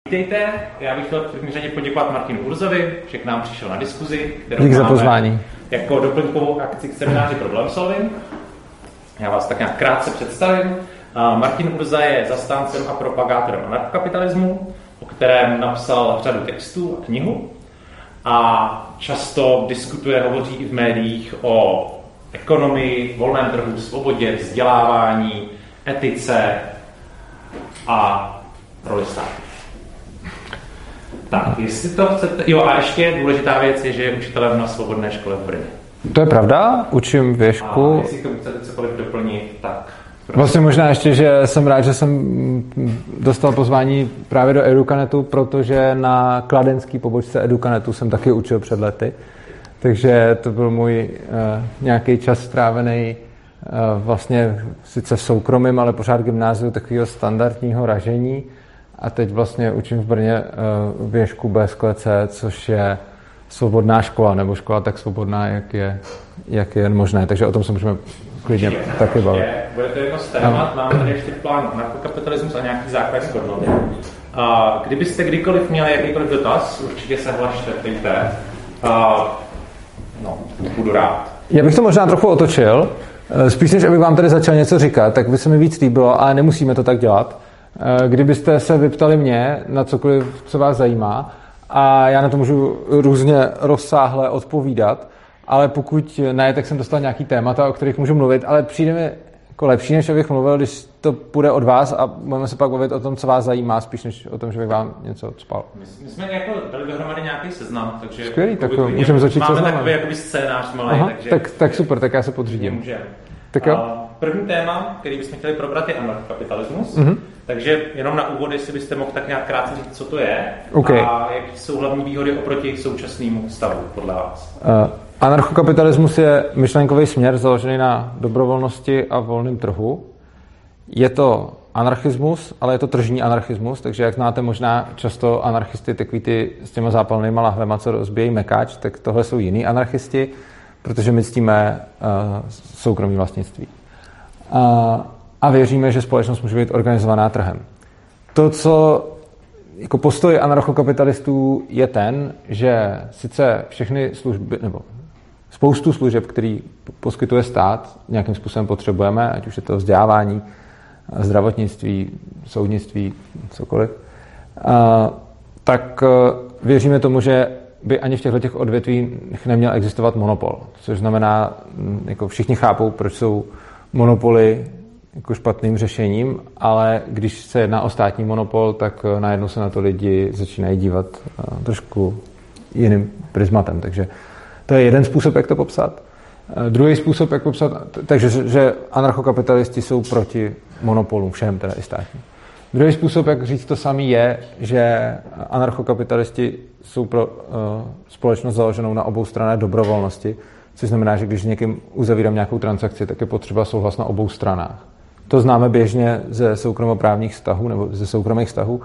Vítejte, já bych chtěl v první řadě poděkovat Martinu Urzovi, že k nám přišel na diskuzi, kterou Dík za pozvání. Jako doplňkovou akci k semináři Problem Solving. Já vás tak nějak krátce představím. Martin Urza je zastáncem a propagátorem anarchokapitalismu, o kterém napsal řadu textů a knihu. A často diskutuje, hovoří i v médiích o ekonomii, volném trhu, svobodě, vzdělávání, etice a roli státu. Tak, jestli to chcete... Jo, a ještě důležitá věc je, že je učitelem na Svobodné škole v Brně. To je pravda, učím věšku. A jestli k tomu chcete cokoliv doplnit, tak... Vlastně možná ještě, že jsem rád, že jsem dostal pozvání právě do Educanetu, protože na kladenský pobočce Educanetu jsem taky učil před lety. Takže to byl můj nějaký čas strávený vlastně sice v soukromém, ale pořád gymnáziu takového standardního ražení. A teď vlastně učím v Brně věšku BSklC, což je svobodná škola, nebo škola tak svobodná, jak je možné. Takže o tom se můžeme klidně taky bavit. Bude to jedno z témat, máme tady ještě plán anarchokapitalismus a nějaký základní hodnoty. Kdybyste kdykoliv měli jakýkoliv dotaz, určitě se hlašte, ptejte. Budu rád. Já bych to možná trochu otočil. Spíš než abych vám tady začal něco říkat, tak by se mi víc líbilo, ale nemusíme to tak dělat. Kdybyste se vyptali mě na cokoliv, co vás zajímá, a já na to můžu různě rozsáhle odpovídat, ale pokud ne, tak jsem dostal nějaký témata, o kterých můžu mluvit, ale přijde mi jako lepší, než abych mluvil, když to půjde od vás a budeme se pak bavit o tom, co vás zajímá, spíš než o tom, že bych vám něco cpal. My jsme jako dali dohromady nějaký seznam, takže... Skvělý, tak můžeme začít seznamem. Máme takový jakoby scénář malý, takže... Tak super, tak já se podřídím. Můžeme. Tak jo. První téma, který bychom chtěli probrat, je anarchokapitalismus. Takže jenom na úvod, jestli byste mohl tak nějak krátce říct, co to je, okay. A jaké jsou hlavní výhody oproti současnému stavu podle vás. Anarchokapitalismus je myšlenkový směr založený na dobrovolnosti a volném trhu. Je to anarchismus, ale je to tržní anarchismus, takže jak znáte možná často anarchisty, takový ty s těma zápalnýma lahvema, co rozbíjejí mekáč, tak tohle jsou jiný anarchisti, protože my ctíme soukromí vlastnictví. A věříme, že společnost může být organizovaná trhem. To, co jako postoj anarchokapitalistů je ten, že sice všechny služby, nebo spoustu služeb, který poskytuje stát, nějakým způsobem potřebujeme, ať už je to vzdělávání, zdravotnictví, soudnictví, cokoliv, tak věříme tomu, že by ani v těchto odvětvích neměl existovat monopol. Což znamená, jako všichni chápou, proč jsou monopoly jako špatným řešením, ale když se jedná o státní monopol, tak najednou se na to lidi začínají dívat trošku jiným prismatem. Takže to je jeden způsob, jak to popsat. Druhý způsob, jak popsat, takže že anarchokapitalisti jsou proti monopolům, všem, teda i státním. Druhý způsob, jak říct to samý, je, že anarchokapitalisti jsou pro společnost založenou na oboustranné dobrovolnosti, což znamená, že když někým uzavírám nějakou transakci, tak je potřeba souhlas na obou stranách. To známe běžně ze soukromoprávních vztahů nebo ze soukromých vztahů.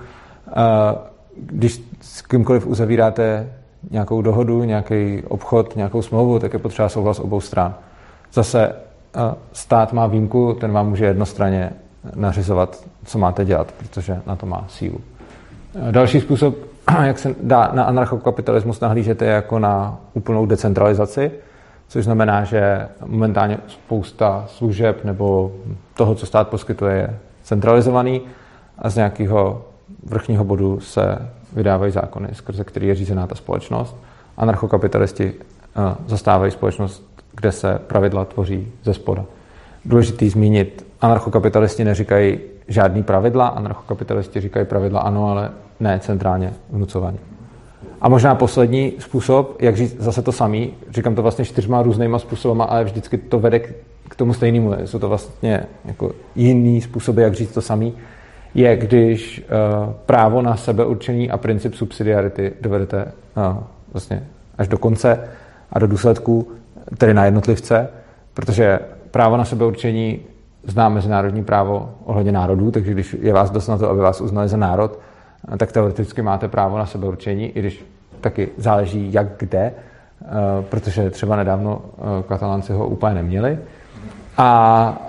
Když s kýmkoliv uzavíráte nějakou dohodu, nějaký obchod, nějakou smlouvu, tak je potřeba souhlas obou stran. Zase stát má výjimku, ten vám může jednostranně nařizovat, co máte dělat, protože na to má sílu. Další způsob, jak se dá na anarchokapitalismus nahlížet, je jako na úplnou decentralizaci, což znamená, že momentálně spousta služeb nebo toho, co stát poskytuje, je centralizovaný a z nějakého vrchního bodu se vydávají zákony, skrze který je řízená ta společnost. Anarchokapitalisti zastávají společnost, kde se pravidla tvoří ze spoda. Důležitý zmínit, anarchokapitalisti neříkají žádný pravidla, anarchokapitalisti říkají pravidla ano, ale ne centrálně vnucovaně. A možná poslední způsob, jak říct zase to samý, říkám to vlastně 4 různýma způsobama, ale vždycky to vede k tomu stejnému. Jsou to vlastně jako jiný způsoby, jak říct to samý, je, když právo na sebeurčení a princip subsidiarity dovedete vlastně až do konce a do důsledků, tedy na jednotlivce, protože právo na sebeurčení zná mezinárodní právo ohledně národů, takže když je vás dost na to, aby vás uznali za národ, tak teoreticky máte právo na sebeurčení, i když taky záleží jak kde, protože třeba nedávno Katalánci ho úplně neměli.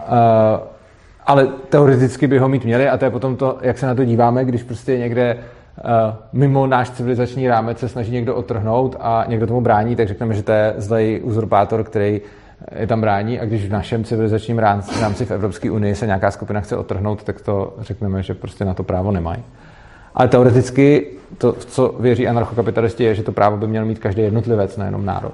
Ale teoreticky by ho mít měli a to je potom to, jak se na to díváme, když prostě někde mimo náš civilizační rámec se snaží někdo odtrhnout a někdo tomu brání, tak řekneme, že to je zlej uzurpátor, který je tam brání, a když v našem civilizačním rámci v Evropské unii se nějaká skupina chce odtrhnout, tak to řekneme, že prostě na to právo nemají. Ale teoreticky to, co věří anarchokapitalisti, je, že to právo by měl mít každý jednotlivec, nejenom národ.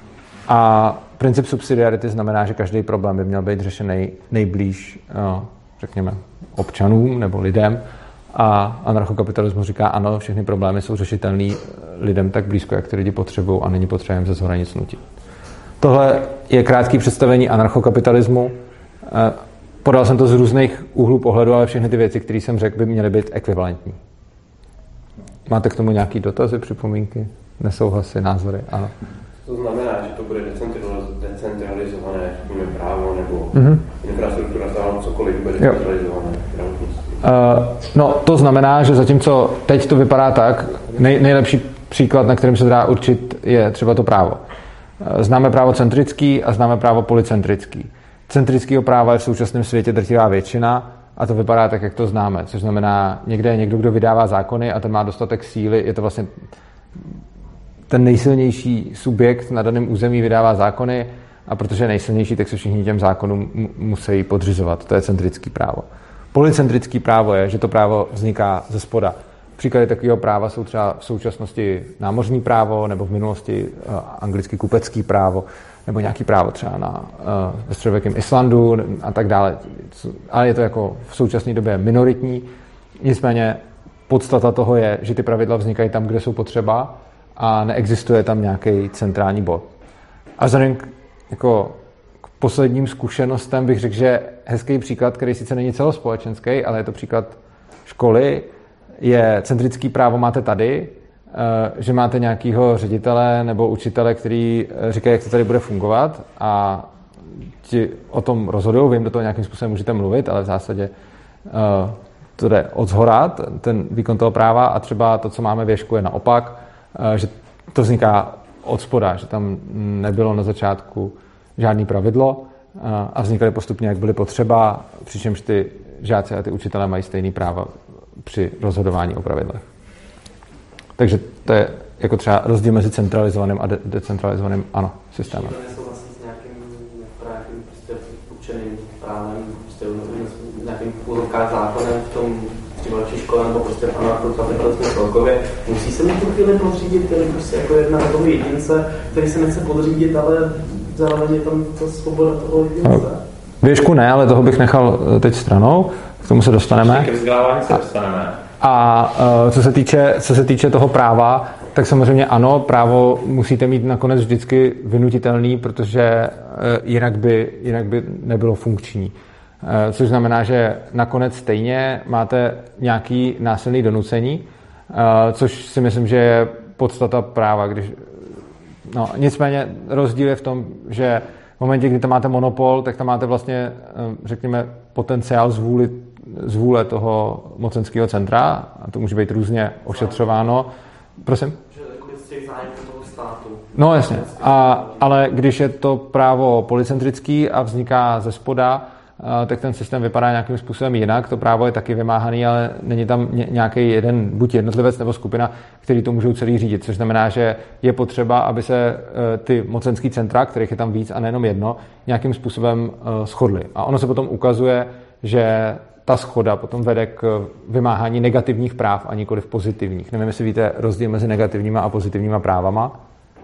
A princip subsidiarity znamená, že každý problém by měl být řešený nejblíž, řekněme, občanům nebo lidem. A anarchokapitalismus říká, ano, všechny problémy jsou řešitelné lidem tak blízko, jak ty lidi potřebují, a není potřeba jim ze zhora nic nutit. Tohle je krátké představení anarchokapitalismu. Podal jsem to z různých úhlů pohledu, ale všechny ty věci, které jsem řekl, by měly být ekvivalentní. Máte k tomu nějaký dotazy, připomínky, nesouhlasy, názory? Ano. To znamená, že to bude decentralizované právo nebo infrastruktura, cokoliv bude decentralizované zdravotnictví? No, to znamená, že zatímco teď to vypadá tak, nejlepší příklad, na kterém se dá určit, je třeba to právo. Známe právo centrický a známe právo polycentrický. Centrického práva je v současném světě drtivá většina a to vypadá tak, jak to známe. Což znamená, někde je někdo, kdo vydává zákony a ten má dostatek síly, je to vlastně ten nejsilnější subjekt na daném území vydává zákony a protože je nejsilnější, tak se všichni těm zákonům musí podřizovat. To je centrický právo. Polycentrický právo je, že to právo vzniká ze spoda. Příklady takového práva jsou třeba v současnosti námořní právo nebo v minulosti anglicky kupecký právo nebo nějaký právo třeba ve středověkém Islandu a tak dále. Ale je to jako v současné době minoritní. Nicméně podstata toho je, že ty pravidla vznikají tam, kde jsou potřeba a neexistuje tam nějaký centrální bod. A vzhledem k posledním zkušenostem bych řekl, že hezký příklad, který sice není celospolečenský, ale je to příklad školy, je centrický právo máte tady, že máte nějakého ředitele nebo učitele, který říká, jak to tady bude fungovat a ti o tom rozhodují, vy jim do toho nějakým způsobem můžete mluvit, ale v zásadě to jde odzhora, ten výkon toho práva, a třeba to, co máme v Ježku, je naopak, že to vzniká od spoda, že tam nebylo na začátku žádný pravidlo a vznikaly postupně, jak byly potřeba, přičemž ty žáci a ty učitelé mají stejný práva při rozhodování o pravidlech. Takže to je jako třeba rozdíl mezi centralizovaným a decentralizovaným systémem. To nesouhlasí s nějakým prostě určeným právem, prostě nějakým původkách zákonem v tom třeba v škole nebo prostě v anarchokapitalismu celkově. Musí se mi tu chvíli podřídit, který prostě jako jedna toho jedince, který se nechce podřídit, ale zároveň je tam ta svoboda toho jedince. Věšku ne, ale toho bych nechal teď stranou, k tomu se dostaneme. Ke vzdělávání se dostaneme. A co se týče toho práva, tak samozřejmě ano, právo musíte mít nakonec vždycky vynutitelný, protože jinak by nebylo funkční. Což znamená, že nakonec stejně máte nějaký násilný donucení, což si myslím, že je podstata práva. Nicméně rozdíl je v tom, že v momentě, kdy tam máte monopol, tak tam máte vlastně, řekněme, potenciál zvůle toho mocenského centra a to může být různě ošetřováno. Prosím? Že z těch zájmů toho státu. No jasně, ale když je to právo polycentrický a vzniká ze spoda, tak ten systém vypadá nějakým způsobem jinak. To právo je taky vymáhaný, ale není tam nějaký jeden, buď jednotlivec nebo skupina, který to můžou celý řídit, což znamená, že je potřeba, aby se ty mocenský centra, kterých je tam víc a nejenom jedno, nějakým způsobem shodly. A ono se potom ukazuje, že ta shoda potom vede k vymáhání negativních práv a nikoliv pozitivních. Nevím, jestli víte rozdíl mezi negativníma a pozitivníma právama.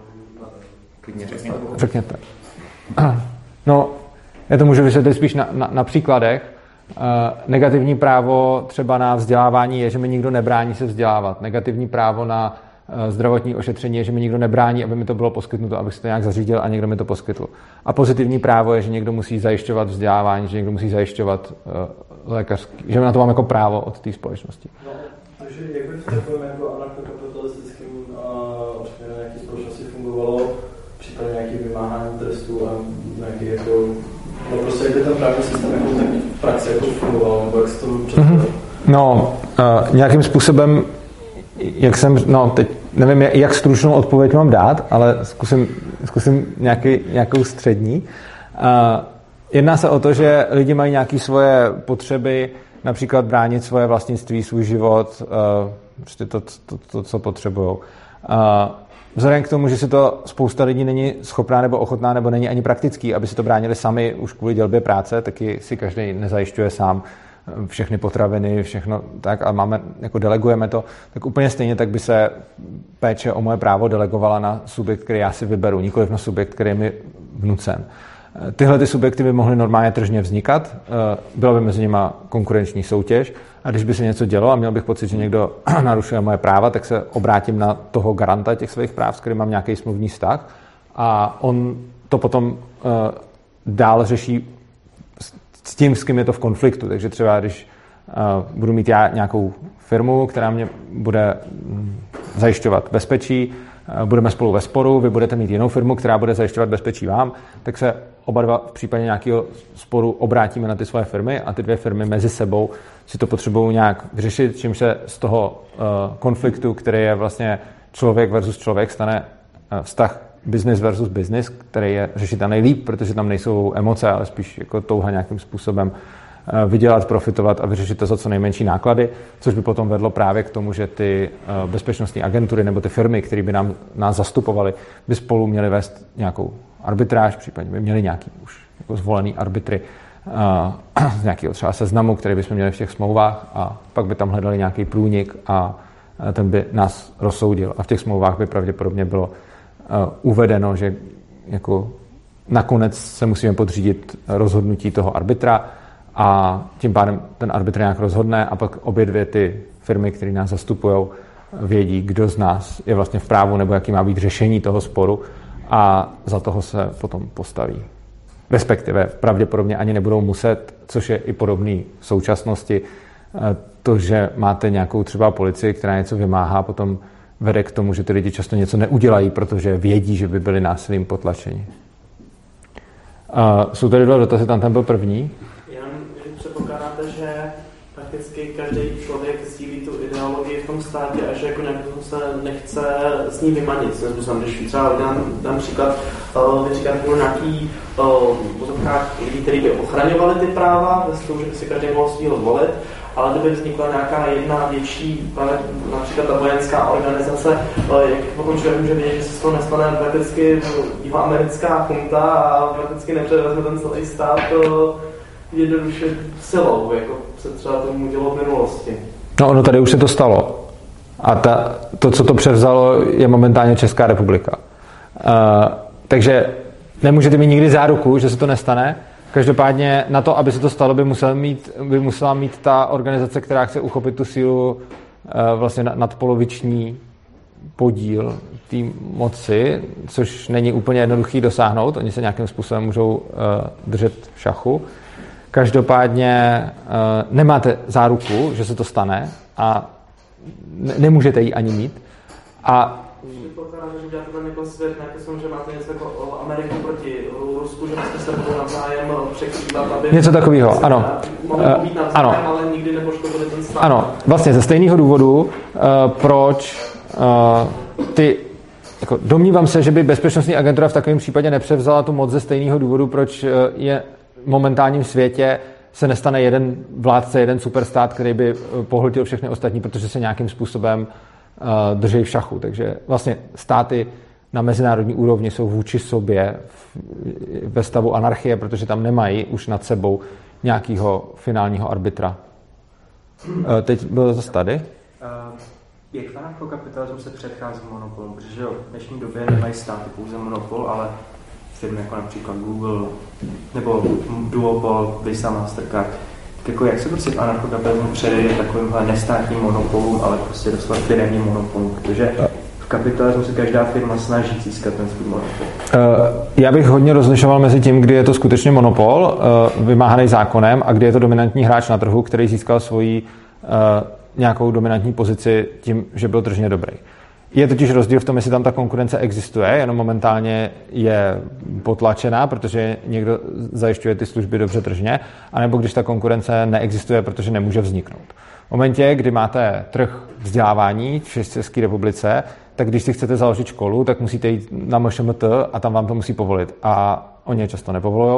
Řekněte. No, já to můžu vysvětlit spíš na příkladech. Negativní právo třeba na vzdělávání je, že mi nikdo nebrání se vzdělávat. Negativní právo na zdravotní ošetření je, že mi nikdo nebrání, aby mi to bylo poskytnuto, abych si to nějak zařídil a někdo mi to poskytl. A pozitivní právo je, že někdo musí zajišťovat vzdělávání, že někdo musí zajišťovat lékařský, že na to mám jako právo od té společnosti. No, takže jak by v takovém jako anarchokapitalistickém nějaké společnosti fungovalo případně nějaké vymáhání trestů a nějaký jako no prostě jak by ten právní systém jako tak v praxi jako fungoval, nebo jak se to představilo? No, nějakým způsobem, teď nevím, jak stručnou odpověď mám dát, ale zkusím nějakou střední. Jedná se o to, že lidi mají nějaké svoje potřeby, například bránit svoje vlastnictví, svůj život, prostě to co potřebují. Vzhledem k tomu, že si to spousta lidí není schopná nebo ochotná, nebo není ani praktický, aby si to bránili sami už kvůli dělbě práce, taky si každý nezajišťuje sám všechny potraviny, všechno tak a jako delegujeme to, tak úplně stejně tak by se péče o moje právo delegovala na subjekt, který já si vyberu, nikoliv na subjekt, který je mi vnucen. Tyhle ty subjekty by mohly normálně tržně vznikat, byla by mezi nimi konkurenční soutěž a když by se něco dělo a měl bych pocit, že někdo narušuje moje práva, tak se obrátím na toho garanta těch svých práv, s kterým mám nějaký smluvní vztah a on to potom dál řeší s tím, s kým je to v konfliktu. Takže třeba, když budu mít já nějakou firmu, která mě bude zajišťovat bezpečí, budeme spolu ve sporu, vy budete mít jinou firmu, která bude zajišťovat bezpečí vám, tak se oba dva v případě nějakého sporu obrátíme na ty svoje firmy a ty dvě firmy mezi sebou si to potřebují nějak vyřešit, čím se z toho konfliktu, který je vlastně člověk versus člověk, stane vztah business versus business, který je řešitelný líp, protože tam nejsou emoce, ale spíš jako touha nějakým způsobem vydělat, profitovat a vyřešit to za co nejmenší náklady, což by potom vedlo právě k tomu, že ty bezpečnostní agentury nebo ty firmy, které by nás zastupovaly, by spolu měly vést nějakou arbitráž, případně by měli nějaký už jako zvolený arbitry z nějakého třeba seznamu, který bychom měli v těch smlouvách a pak by tam hledali nějaký průnik a ten by nás rozsoudil. A v těch smlouvách by pravděpodobně bylo uvedeno, že jako nakonec se musíme podřídit rozhodnutí toho arbitra a tím pádem ten arbitr nějak rozhodne a pak obě dvě ty firmy, které nás zastupují, vědí, kdo z nás je vlastně v právu nebo jaký má být řešení toho sporu a za toho se potom postaví. Respektive pravděpodobně ani nebudou muset, což je i podobný v současnosti. To, že máte nějakou třeba policii, která něco vymáhá, potom vede k tomu, že ty lidi často něco neudělají, protože vědí, že by byli násilím potlačeni. Jsou tady dva dotazy, tam ten byl první. Jenom, že předpokládáte, že prakticky každý člověk sdílí tu ideologii v tom státě a že jako nějak se nechce s ní vymanit. Když třeba dám příklad, vy říkáte nějaký lidí, kteří by ochraňovali ty práva, že by si každý mohl svýho zvolit, ale kdyby vznikla nějaká jedna větší, například ta vojenská organizace, jak potom člověk může vědět, že se z toho nestane prakticky jihoamerická chunta a prakticky nepřevezme ten celý stát jednoduše silou, jako se třeba tomu dělo v minulosti. No ono tady už se to stalo. A to, co to převzalo, je momentálně Česká republika. Takže nemůžete mít nikdy záruku, že se to nestane. Každopádně na to, aby se to stalo, by musela mít ta organizace, která chce uchopit tu sílu vlastně nadpoloviční podíl té moci, což není úplně jednoduchý dosáhnout. Oni se nějakým způsobem můžou držet v šachu. Každopádně nemáte záruku, že se to stane a nemůžete ji ani mít. A že uděláte ten jako svět, že máte něco jako Ameriku proti Rusku, že jste se budou navzájem překrývat, aby něco takového, ano. Mohli být navzájem, ano. Ale nikdy nepoškodili ten stát. Ano, vlastně ze stejného důvodu, proč jako domnívám se, že by bezpečnostní agentura v takovém případě nepřevzala tu moc ze stejného důvodu, proč je v momentálním světě se nestane jeden vládce, jeden superstát, který by pohltil všechny ostatní, protože se nějakým způsobem drží v šachu. Takže vlastně státy na mezinárodní úrovni jsou vůči sobě ve stavu anarchie, protože tam nemají už nad sebou nějakého finálního arbitra. Teď byl zase tady. Jak v anarchokapitalismu se předchází monopolu? Protože v dnešní době nemají státy pouze monopol, ale firmy jako například Google nebo Duopol, Visa, Mastercard. Tak jako jak se prostě v anarchokapitalismu předejde takovýmhle nestátním monopolům, ale prostě doslova firemním monopolům, protože v kapitalismu se každá firma snaží získat ten svůj monopol. Já bych hodně rozlišoval mezi tím, kdy je to skutečně monopol, vymáhaný zákonem, a kdy je to dominantní hráč na trhu, který získal svoji nějakou dominantní pozici tím, že byl tržně dobrý. Je totiž rozdíl v tom, jestli tam ta konkurence existuje, jenom momentálně je potlačená, protože někdo zajišťuje ty služby dobře tržně, anebo když ta konkurence neexistuje, protože nemůže vzniknout. V momentě, kdy máte trh vzdělávání v České republice, tak když si chcete založit školu, tak musíte jít na MŠMT a tam vám to musí povolit. A oni je často nepovolujou.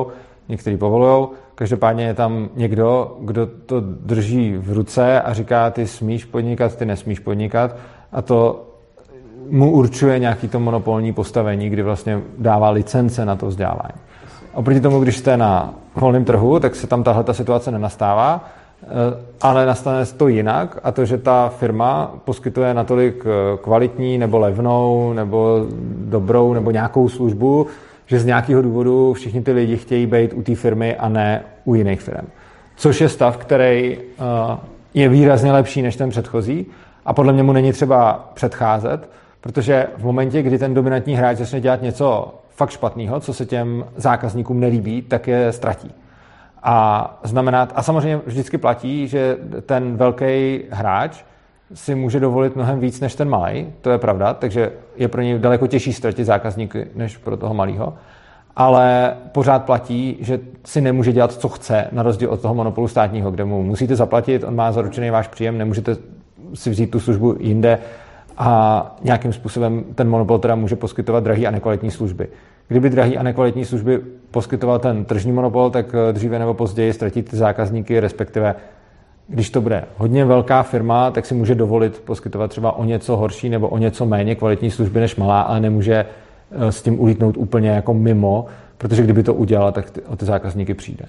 některý povolujou. Každopádně je tam někdo, kdo to drží v ruce a říká, ty smíš podnikat, ty nesmíš podnikat, a to mu určuje nějaký to monopolní postavení, kdy vlastně dává licence na to vzdělávání. Oproti tomu, když jste na volném trhu, tak se tam tahleta situace nenastává, ale nastane to jinak, a to, že ta firma poskytuje natolik kvalitní nebo levnou nebo dobrou nebo nějakou službu, že z nějakého důvodu všichni ty lidi chtějí být u té firmy a ne u jiných firm. Což je stav, který je výrazně lepší než ten předchozí a podle mě mu není třeba předcházet, protože v momentě, kdy ten dominantní hráč začne dělat něco fakt špatného, co se těm zákazníkům nelíbí, tak je ztratí. A samozřejmě vždycky platí, že ten velký hráč si může dovolit mnohem víc než ten malý, to je pravda, takže je pro něj daleko těžší ztratit zákazníky než pro toho malého. Ale pořád platí, že si nemůže dělat, co chce, na rozdíl od toho monopolu státního, kde mu musíte zaplatit, on má zaručený váš příjem, nemůžete si vzít tu službu jinde a nějakým způsobem ten monopol teda může poskytovat drahý a nekvalitní služby. Kdyby drahý a nekvalitní služby poskytoval ten tržní monopol, tak dříve nebo později ztratí ty zákazníky, respektive když to bude hodně velká firma, tak si může dovolit poskytovat třeba o něco horší nebo o něco méně kvalitní služby než malá, ale nemůže s tím ulítnout úplně jako mimo, protože kdyby to udělala, tak o ty zákazníky přijde.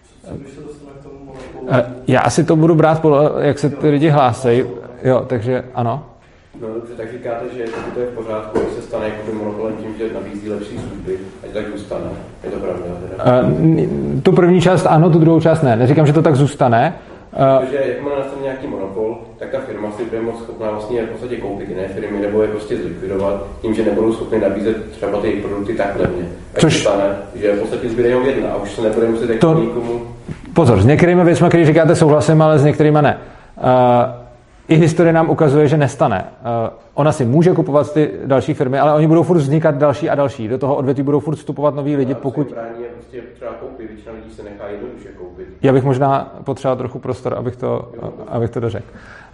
Já asi to budu brát, jak se ty lidi hlásejí. Jo, takže ano. No dobře, tak říkáte, že to je v pořádku, když se stane jako monopolem tím, že nabízí lepší služby, ať tak zůstane. Je to pravda? Tu první část ano, tu druhou část ne. Neříkám, že to tak zůstane. Protože jakmile nastane nějaký monopol, tak ta firma si bude moc schopná vlastně v podstatě koupit jiné firmy nebo je prostě zlikvidovat tím, že nebudou schopni nabízet třeba ty produkty tak levně. Tak se stane, že v podstatě zbyde jenom jedna a už se nebude muset jako nikomu... Pozor, s některými věcmi, které říkáte, souhlasím, ale s některými ne. I historie nám ukazuje, že nestane. Ona si může kupovat ty další firmy, ale oni budou furt vznikat další a další. Do toho odvětví budou furt vstupovat noví lidi, pokud... Prostě třeba koupit, většina lidí se nechá jednoduše koupit. Já bych možná potřeboval trochu prostor, abych to dořekl.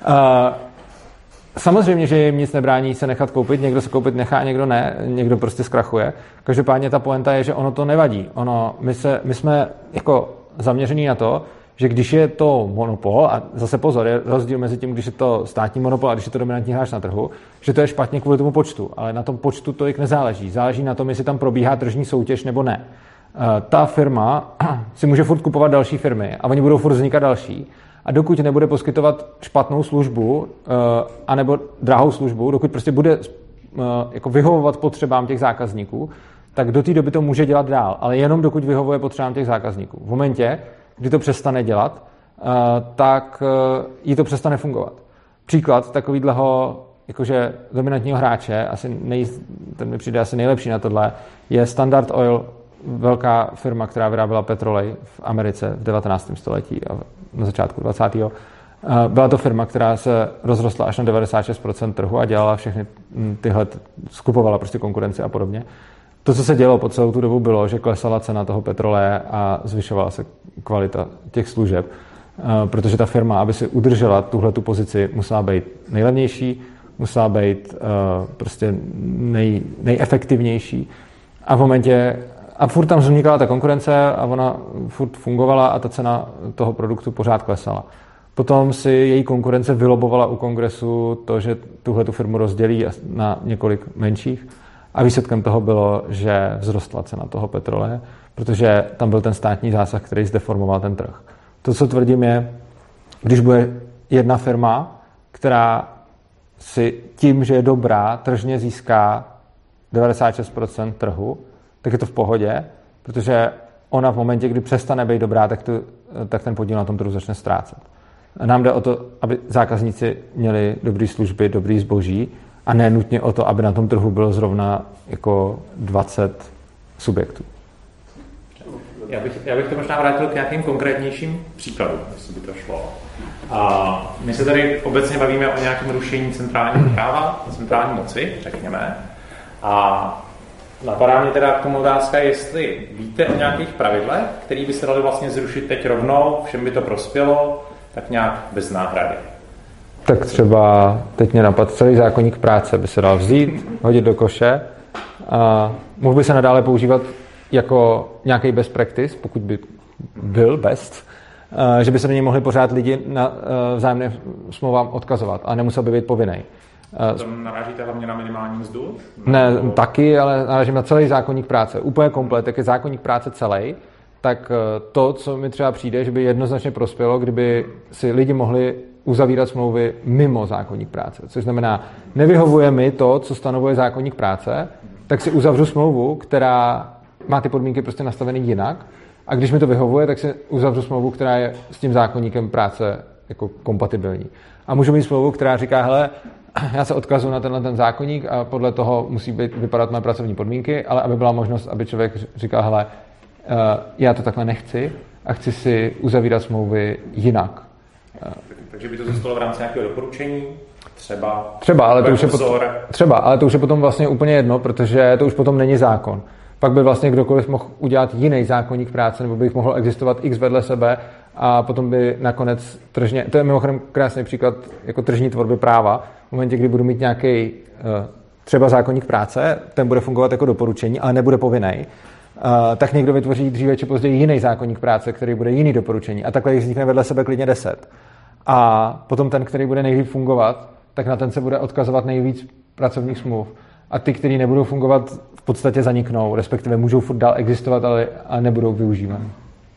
Samozřejmě, že jim nic nebrání se nechat koupit, někdo se koupit nechá, někdo ne, někdo prostě zkrachuje. Každopádně ta poenta je, že ono to nevadí. My jsme jako zaměření na to, že když je to monopol, a zase pozor, je rozdíl mezi tím, když je to státní monopol a když je to dominantní hráč na trhu, že to je špatně kvůli tomu počtu, ale na tom počtu tolik nezáleží. Záleží na tom, jestli tam probíhá tržní soutěž nebo ne. Ta firma si může furt kupovat další firmy a oni budou furt vznikat další. A dokud nebude poskytovat špatnou službu anebo drahou službu, dokud prostě bude jako vyhovovat potřebám těch zákazníků, tak do té doby to může dělat dál, ale jenom dokud vyhovuje potřebám těch zákazníků. V momentě, kdy to přestane dělat, tak jí to přestane fungovat. Příklad takovýhleho jakože dominantního hráče, ten mi přijde asi nejlepší na tohle, je Standard Oil, velká firma, která vyráběla petrolej v Americe v 19. století a na začátku 20. Byla to firma, která se rozrostla až na 96% trhu a dělala všechny tyhle, skupovala prostě konkurenci a podobně. To, co se dělo po celou tu dobu, bylo, že klesala cena toho petroleje a zvyšovala se kvalita těch služeb, protože ta firma, aby si udržela tuhletu pozici, musela být nejlevnější, musela být prostě nejefektivnější a v momentě a furt tam vznikala ta konkurence a ona furt fungovala a ta cena toho produktu pořád klesala. Potom si její konkurence vylobovala u kongresu to, že tuhletu firmu rozdělí na několik menších a výsledkem toho bylo, že vzrostla cena toho petroleje, protože tam byl ten státní zásah, který zdeformoval ten trh. To, co tvrdím, je, když bude jedna firma, která si tím, že je dobrá, tržně získá 96% trhu, tak je to v pohodě, protože ona v momentě, kdy přestane být dobrá, tak ten podíl na tom trhu začne ztrácet. Nám jde o to, aby zákazníci měli dobré služby, dobrý zboží a ne nutně o to, aby na tom trhu bylo zrovna jako 20 subjektů. Já bych to možná vrátil k nějakým konkrétnějším příkladům, jestli by to šlo. A my se tady obecně bavíme o nějakém rušení centrálního práva, centrální moci, řekněme. A napadá mě teda k tomu otázka, jestli víte o nějakých pravidlech, které by se daly vlastně zrušit teď rovnou, všem by to prospělo, tak nějak bez náhrady. Tak třeba teď mě napadl celý zákoník práce by se dal vzít, hodit do koše a mohl by se nadále používat jako nějaký best practice, pokud by byl best, že by se do něj mohli pořád lidi na vzájemným smlouvám odkazovat a nemusel by být povinný. Tam narážíte hlavně na minimální mzdu? Ne, taky, ale narážím na celý zákoník práce. Úplně komplet, jak je zákoník práce celý, tak to, co mi třeba přijde, že by jednoznačně prospělo, kdyby si lidi mohli uzavírat smlouvy mimo zákoník práce. Což znamená, nevyhovuje mi to, co stanovuje zákoník práce, tak si uzavřu smlouvu, která má ty podmínky prostě nastavený jinak. A když mi to vyhovuje, tak si uzavřu smlouvu, která je s tím zákoníkem práce jako kompatibilní. A můžu mít smlouvu, která říká, hele, já se odkazuji na tenhle ten zákoník a podle toho musí vypadat moje pracovní podmínky, ale aby byla možnost, aby člověk říkal, hele, já to takhle nechci a chci si uzavírat smlouvy jinak. Takže by to zůstalo v rámci nějakého doporučení? Třeba, ale to už je potom vlastně úplně jedno, protože to už potom není zákon. Pak by vlastně kdokoliv mohl udělat jiný zákoník práce, nebo by jich mohl existovat x vedle sebe a potom by nakonec tržně, to je mimochodem krásný příklad jako tržní tvorby práva, v momentě, kdy budu mít nějaký třeba zákoník práce, ten bude fungovat jako doporučení, ale nebude povinný, tak někdo vytvoří dříve či později jiný zákoník práce, který bude jiný doporučení a takhle jich vznikne vedle sebe klidně 10. A potom ten, který bude nejlíp fungovat, tak na ten se bude odkazovat nejvíc pracovních smluv. A ty, který nebudou fungovat, v podstatě zaniknou, respektive můžou furt dál existovat, ale nebudou využívány.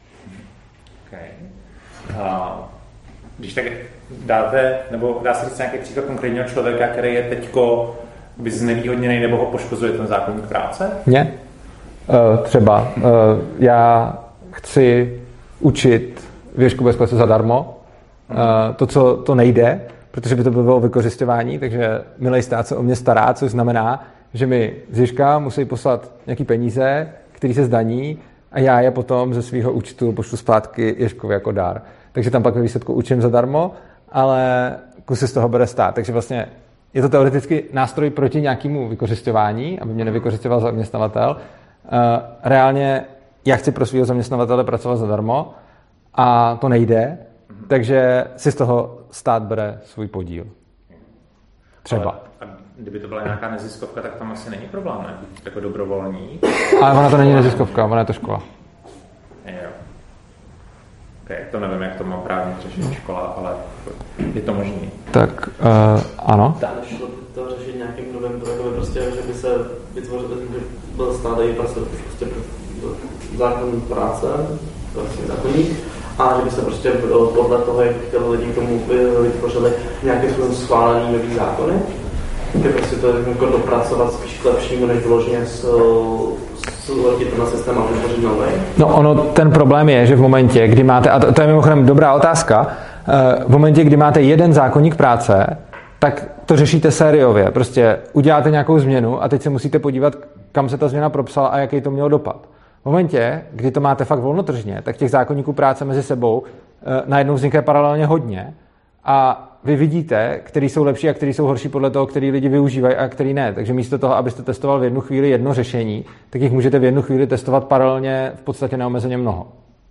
Okay. Když tak dáte, nebo dá se říct nějaký příklad konkrétního člověka, který je teďko znevýhodněný nebo ho poškozuje ten zákoník práce? Ne. Třeba já chci učit věšku bez plece zadarmo. To nejde, protože by to bylo vykořisťování, takže milej stát se o mě stará, což znamená, že mi z Ježka musí poslat nějaký peníze, který se zdaní a já je potom ze svého účtu pošlu zpátky Ježkovi jako dar. Takže tam pak ve výsledku učím zadarmo, ale kusy z toho bere stát. Takže vlastně je to teoreticky nástroj proti nějakému vykořisťování, aby mě nevykořisťoval zaměstnavatel. Reálně já chci pro svého zaměstnavatele pracovat zadarmo a to nejde, takže si z toho stát bere svůj podíl. Třeba. A kdyby to byla nějaká neziskovka, tak tam asi není problém, ne? Jako dobrovolník. Ale ona to není neziskovka, ona je to škola. Jo. Okay, to nevím, jak to má právně řešit škola, ale je to možný. Tak ano. Dále šlo by to řešit nějakým novým projektem, prostě, že by se vytvořil, že byl stále prostě zákon práce, prostě zákonník, a že by se prostě podle toho, jak chtěli lidi k tomu vytvořili nějakým způsobem schválený nový zákony, že prostě to jako dopracovat spíš k lepšímu, než vyloženě letit na systém a vytvořit nový. No ono, ten problém je, že v momentě, kdy máte, a to je mimochodem dobrá otázka, v momentě, kdy máte jeden zákoník práce, tak to řešíte sériově. Prostě uděláte nějakou změnu a teď se musíte podívat, kam se ta změna propsala a jaký to mělo dopad. V momentě, kdy to máte fakt volnotržně, tak těch zákoníků práce mezi sebou najednou vznikne paralelně hodně a vy vidíte, který jsou lepší a který jsou horší podle toho, který lidi využívají a který ne. Takže místo toho, abyste testoval v jednu chvíli jedno řešení, tak jich můžete v jednu chvíli testovat paralelně v podstatě neomezeně mnoho.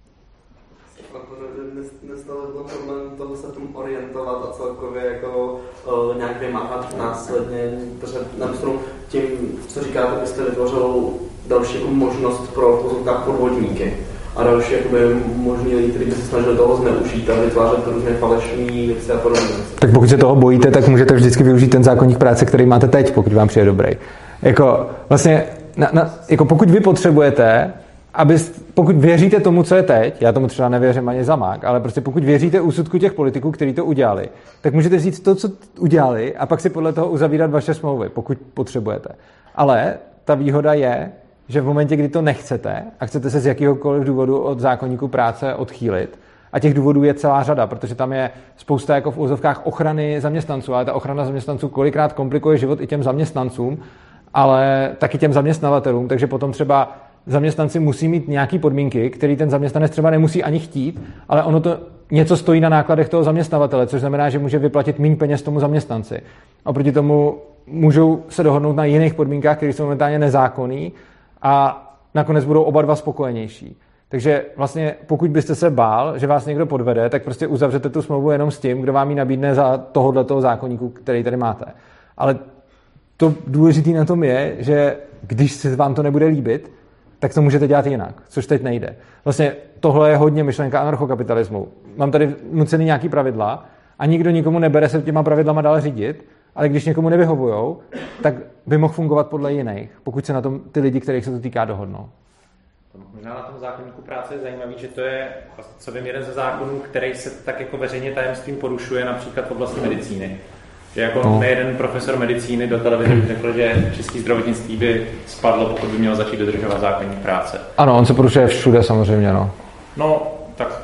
Nestalo bylo problém toho se tomu orientovat a celkově jako nějak vymáhat následně, protože například tím, co říkáte, byste vytvořil další jako možnost pro pozorkách podvodníky a další jakoby možný lidi, kteří by se snažili toho zneužít a vytvářet různé falešní věci a podobně. Tak pokud se toho bojíte, tak můžete vždycky využít ten zákoník práce, který máte teď, pokud vám přijde dobrý. Jako vlastně, jako pokud vy potřebujete, pokud věříte tomu, co je teď, já tomu třeba nevěřím ani za mák, ale prostě pokud věříte úsudku těch politiků, kteří to udělali, tak můžete říct to, co udělali a pak si podle toho uzavírat vaše smlouvy, pokud potřebujete. Ale ta výhoda je, že v momentě, kdy to nechcete a chcete se z jakýhokoliv důvodu od zákoníku práce odchýlit, a těch důvodů je celá řada, protože tam je spousta jako v úzovkách ochrany zaměstnanců, ale ta ochrana zaměstnanců kolikrát komplikuje život i těm zaměstnancům, ale taky těm zaměstnavatelům, takže potom třeba zaměstnanci musí mít nějaké podmínky, které ten zaměstnanec třeba nemusí ani chtít, ale ono to něco stojí na nákladech toho zaměstnavatele, což znamená, že může vyplatit méně peněz tomu zaměstnanci. Oproti tomu můžou se dohodnout na jiných podmínkách, které jsou momentálně nezákonné a nakonec budou oba dva spokojenější. Takže vlastně pokud byste se bál, že vás někdo podvede, tak prostě uzavřete tu smlouvu jenom s tím, kdo vám ji nabídne za tohoto zákoníku, který tady máte. Ale to důležité na tom je, že když se vám to nebude líbit, tak to můžete dělat jinak, což teď nejde. Vlastně tohle je hodně myšlenka anarchokapitalismu. Mám tady nucený nějaký pravidla a nikdo nikomu nebere se těma pravidlama dále řídit, ale když někomu nevyhovujou, tak by mohl fungovat podle jiných, pokud se na tom ty lidi, kterých se to týká, dohodnou. Možná na tom zákoníku práce je zajímavý, že to je, co vím, jeden ze zákonů, který se tak jako veřejně tajemstvím porušuje například v oblasti medicíny. Že jako nejeden profesor medicíny do televize řekl, že české zdravotnictví by spadlo, pokud by mělo začít dodržovat zákoník práce. Ano, on se porušuje všude samozřejmě, no. No, tak...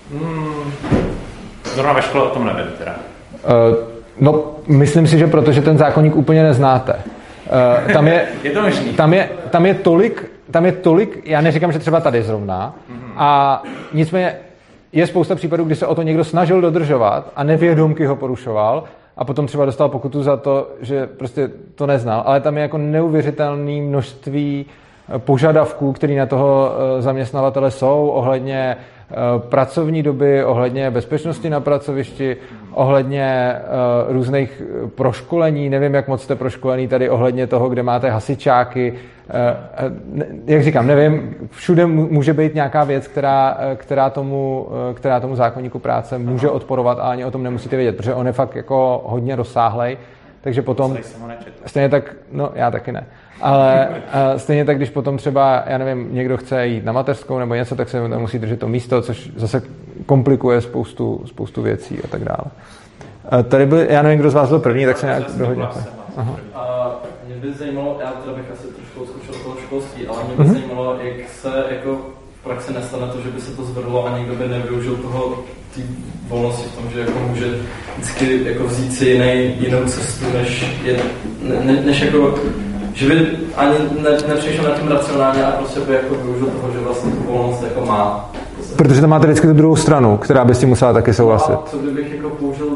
zrovna ve škole o tom nevím teda. No, myslím si, že protože ten zákoník úplně neznáte. Tam je, je to možný. Tam je tolik, já neříkám, že třeba tady zrovna, a nicméně je spousta případů, kdy se o to někdo snažil dodržovat a nevědomky ho porušoval a potom třeba dostal pokutu za to, že prostě to neznal, ale tam je jako neuvěřitelné množství požadavků, které na toho zaměstnavatele jsou, ohledně pracovní doby, ohledně bezpečnosti na pracovišti, ohledně různých proškolení, nevím, jak moc jste proškolený tady, ohledně toho, kde máte hasičáky, jak říkám, nevím, všude může být nějaká věc, která tomu zákoníku práce může odporovat a ani o tom nemusíte vědět, protože on je fakt jako hodně rozsáhlej, takže potom stejně tak, no já taky ne, ale stejně tak, když potom třeba, já nevím, někdo chce jít na mateřskou nebo něco, tak se musí držet to místo, což zase komplikuje spoustu věcí a tak dále. Tady byl, já nevím, kdo z vás byl první, tak se nějak dohodně. Mě by zajímalo, já teda bych asi trošku zkoušel toho školství, ale mě by zajímalo, jak se jako v praxi nestane to, že by se to zvrhlo a někdo by nevyužil té volnosti v tom, že jako může vždycky jako vzít si jinou cestu, než jako, že by ani nepřišel na tím racionálně a prostě by jako využil toho, že vlastně tu volnost jako má. Protože tam máte vždycky tu druhou stranu, která by s tím musela taky souhlasit. A co kdybych jako použil,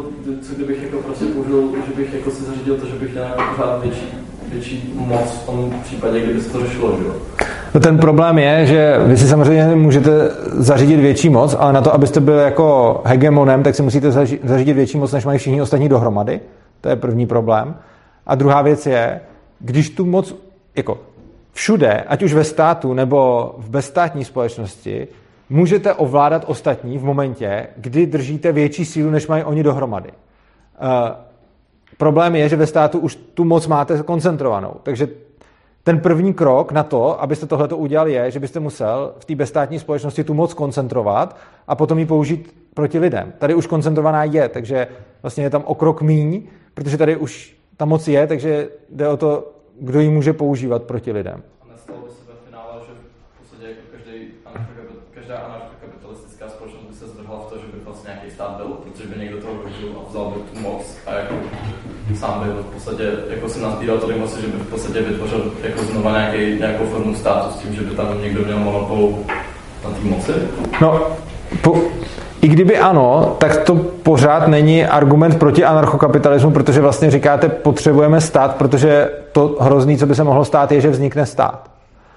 že bych jako si zařídil to, že bych měl jako pořád větší moc v tom případě, kdyby se to řešilo, že jo? No ten problém je, že vy si samozřejmě můžete zařídit větší moc, ale na to, abyste byli jako hegemonem, tak si musíte zařídit větší moc, než mají všichni ostatní dohromady. To je první problém. A druhá věc je, když tu moc jako všude, ať už ve státu nebo v bezstátní společnosti, můžete ovládat ostatní v momentě, kdy držíte větší sílu, než mají oni dohromady. Problém je, že ve státu už tu moc máte koncentrovanou. Takže ten první krok na to, abyste tohleto udělali, je, že byste musel v té bezstátní společnosti tu moc koncentrovat a potom ji použít proti lidem. Tady už koncentrovaná je, takže vlastně je tam o krok míň, protože tady už ta moc je, takže jde o to, kdo ji může používat proti lidem. A nestalo by se ve finále, že v podstatě jako každá anarchokapitalistická společnost by se zvrhla v to, že by vlastně nějaký stát byl, protože by někdo toho využil a vzal by tu moc a jako sám by v podstatě jako si nazbíral tolik moci, že by v podstatě vytvořil jako znova nějakou formu státu s tím, že by tam někdo měl monopol na té moci? No, i kdyby ano, tak to pořád není argument proti anarchokapitalismu, protože vlastně říkáte, potřebujeme stát, protože to hrozný, co by se mohlo stát, je, že vznikne stát.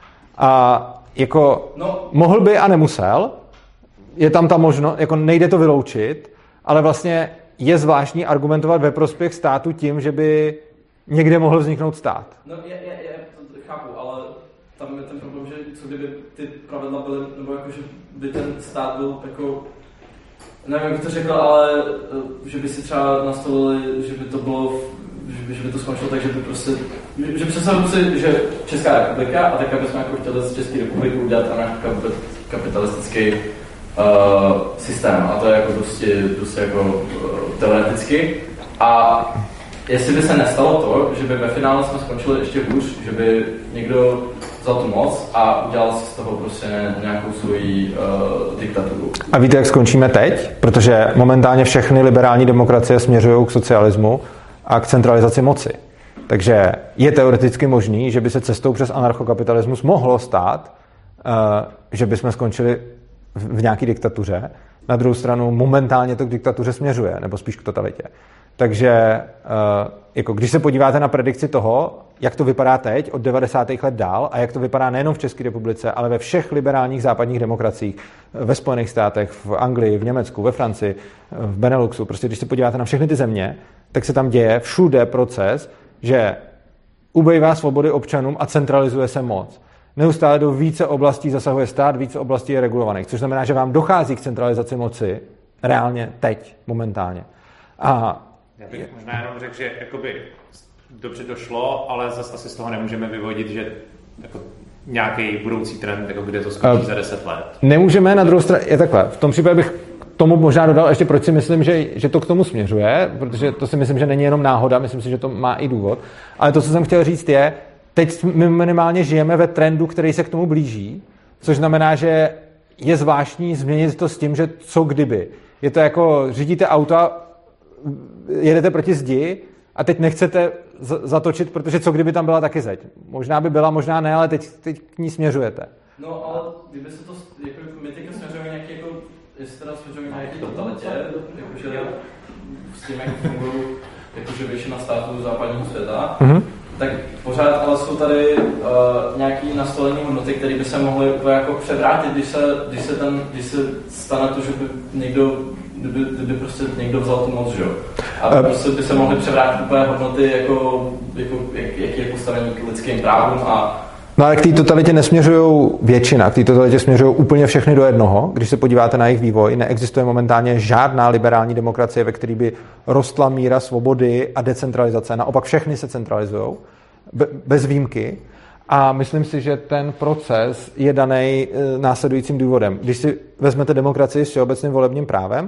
A jako mohl by a nemusel, je tam ta možnost, jako nejde to vyloučit, ale vlastně je zvláštní argumentovat ve prospěch státu tím, že by někde mohl vzniknout stát. No, to chápu, ale tam je ten problém, že co kdyby ty pravidla byly, nebo jako, že by ten stát byl jako, nevím, jak to řekl, ale že by si třeba nastavili, že by to bylo, že by to skončilo tak, že by prostě, že představuji si, že Česká republika, a tak bychom jako chtěli z České republiky udělat anarchokapitalistický systém, a to je jako dosti jako teoreticky. A jestli by se nestalo to, že by ve finále jsme skončili ještě hůř, že by někdo vzal tu moc a udělal si z toho prostě nějakou svoji diktaturu. A víte, jak skončíme teď? Protože momentálně všechny liberální demokracie směřují k socialismu a k centralizaci moci. Takže je teoreticky možný, že by se cestou přes anarchokapitalismus mohlo stát, že bychom skončili v nějaké diktatuře. Na druhou stranu momentálně to k diktatuře směřuje, nebo spíš k totalitě. Takže jako když se podíváte na predikci toho, jak to vypadá teď od 90. let dál a jak to vypadá nejenom v České republice, ale ve všech liberálních západních demokraciích, ve Spojených státech, v Anglii, v Německu, ve Francii, v Beneluxu, prostě když se podíváte na všechny ty země, tak se tam děje všude proces, že ubývá svobody občanům a centralizuje se moc. Neustále do více oblastí zasahuje stát, více oblastí je regulovaných, což znamená, že vám dochází k centralizaci moci reálně teď, momentálně. A já bych možná jenom řekl, že jakoby dobře to šlo, ale zase asi z toho nemůžeme vyvodit, že jako nějaký budoucí trend, jako kde to skončí za 10 let. Nemůžeme, na druhou stranu, je takhle. V tom případě bych tomu možná dodal ještě, proč si myslím, že to k tomu směřuje, protože to si myslím, že není jenom náhoda, myslím si, že to má i důvod. Ale to, co jsem chtěl říct, je, teď my minimálně žijeme ve trendu, který se k tomu blíží, což znamená, že je zvláštní změnit to s tím, že co kdyby. Je to jako, řídíte auta, jedete proti zdi a teď nechcete zatočit, protože co kdyby tam byla taky zeď. Možná by byla, možná ne, ale teď k ní směřujete. No, ale kdyby se to, jako my teďka směřujeme nějaký, jako, jestli teda směřujeme nějaký totalitě, jakože s tím, jak fungují, jakože většina států západního světa, tak pořád ale jsou tady nějaké nastolení hodnoty, které by se mohly jako převrátit, když se stane to, že by někdo, kdyby prostě někdo vzal tu moc, že? A prostě by se mohly převrátit úplně hodnoty, jaký je postavení k lidským právům a no ale k té totalitě nesměřují většina, k té totalitě směřují úplně všechny do jednoho. Když se podíváte na jejich vývoj, neexistuje momentálně žádná liberální demokracie, ve které by rostla míra svobody a decentralizace. Naopak všechny se centralizují, bez výjimky. A myslím si, že ten proces je daný následujícím důvodem. Když si vezmete demokracii s všeobecným volebním právem,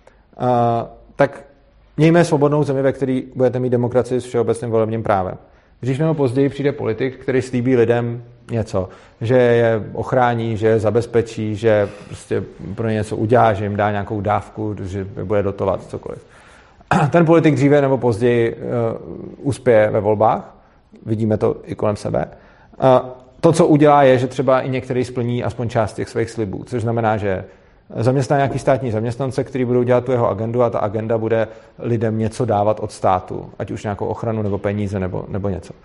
tak mějme svobodnou zemi, ve které budete mít demokracii s všeobecným volebním právem. Dřív nebo později přijde politik, který slíbí lidem něco, že je ochrání, že je zabezpečí, že prostě pro ně něco udělá, že jim dá nějakou dávku, že bude dotovat cokoliv. Ten politik dříve nebo později uspěje ve volbách, vidíme to i kolem sebe. To, co udělá, je, že třeba i některý splní aspoň část těch svých slibů, což znamená, že zaměstná nějaký státní zaměstnance, který budou dělat tu jeho agendu a ta agenda bude lidem něco dávat od státu, ať už nějakou ochranu nebo peníze nebo něco.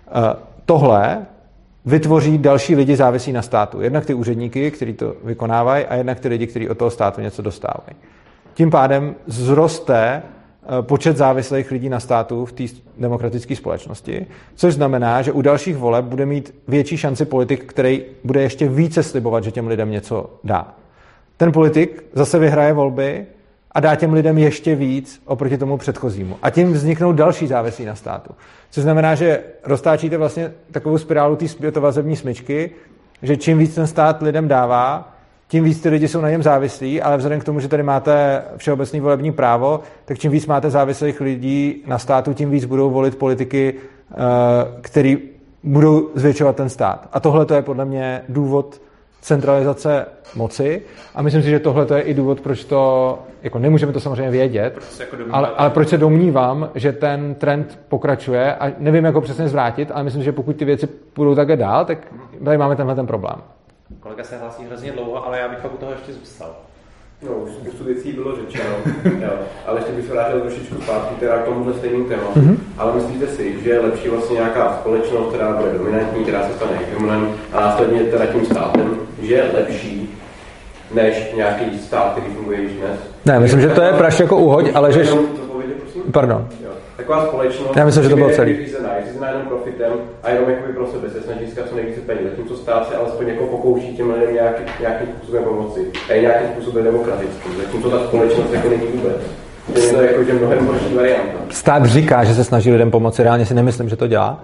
Tohle vytvoří další lidi závisí na státu. Jednak ty úředníky, kteří to vykonávají, a jednak ty lidi, kteří od toho státu něco dostávají. Tím pádem zroste počet závislých lidí na státu v té demokratické společnosti, což znamená, že u dalších voleb bude mít větší šanci politik, který bude ještě více slibovat, že těm lidem něco dá. Ten politik zase vyhraje volby a dá těm lidem ještě víc oproti tomu předchozímu. A tím vzniknou další závislí na státu. Což znamená, že roztáčíte vlastně takovou spirálu té zpětovazební smyčky, že čím víc ten stát lidem dává, tím víc ty lidi jsou na něm závislí, ale vzhledem k tomu, že tady máte všeobecné volební právo, tak čím víc máte závislých lidí na státu, tím víc budou volit politiky, který budou zvětšovat ten stát. A tohle to je podle mě důvod centralizace moci a myslím si, že tohle to je i důvod, proč to, jako nemůžeme to samozřejmě vědět, ale proč se domnívám, že ten trend pokračuje a nevím, jak ho přesně zvrátit, ale myslím, že pokud ty věci půjdou takhle dál, tak tady máme tenhle ten problém. Kolega se hlásí hrozně dlouho, ale já bych u toho ještě zůstal. No, už spoustu věcí bylo řečeno, ale ještě bych se vrátil trošičku zpátky teda k tomuhle stejnému tématu. Ale myslíte si, že je lepší vlastně nějaká společnost, která bude dominantní, která se stane hegemonem a následně teda tím státem, že je lepší než nějaký stát, který funguje již dnes? Ne, myslím, že to je praš jako uhoď, ale že... Pardon. Taková společnost, já myslím, že to bylo celý. Je řízená jenom profitem a jenom jakoby pro sebe se snaží získat co nejvíce peněz. Zatímco stát se alespoň jako pokouší těm lidem nějakým způsobem pomoci. A je nějakým způsobem demokratický. Zatímco ta společnost jako není vůbec. Je to jako, že mnohem horší varianta. Stát říká, že se snaží lidem pomoci, reálně si nemyslím, že to dělá.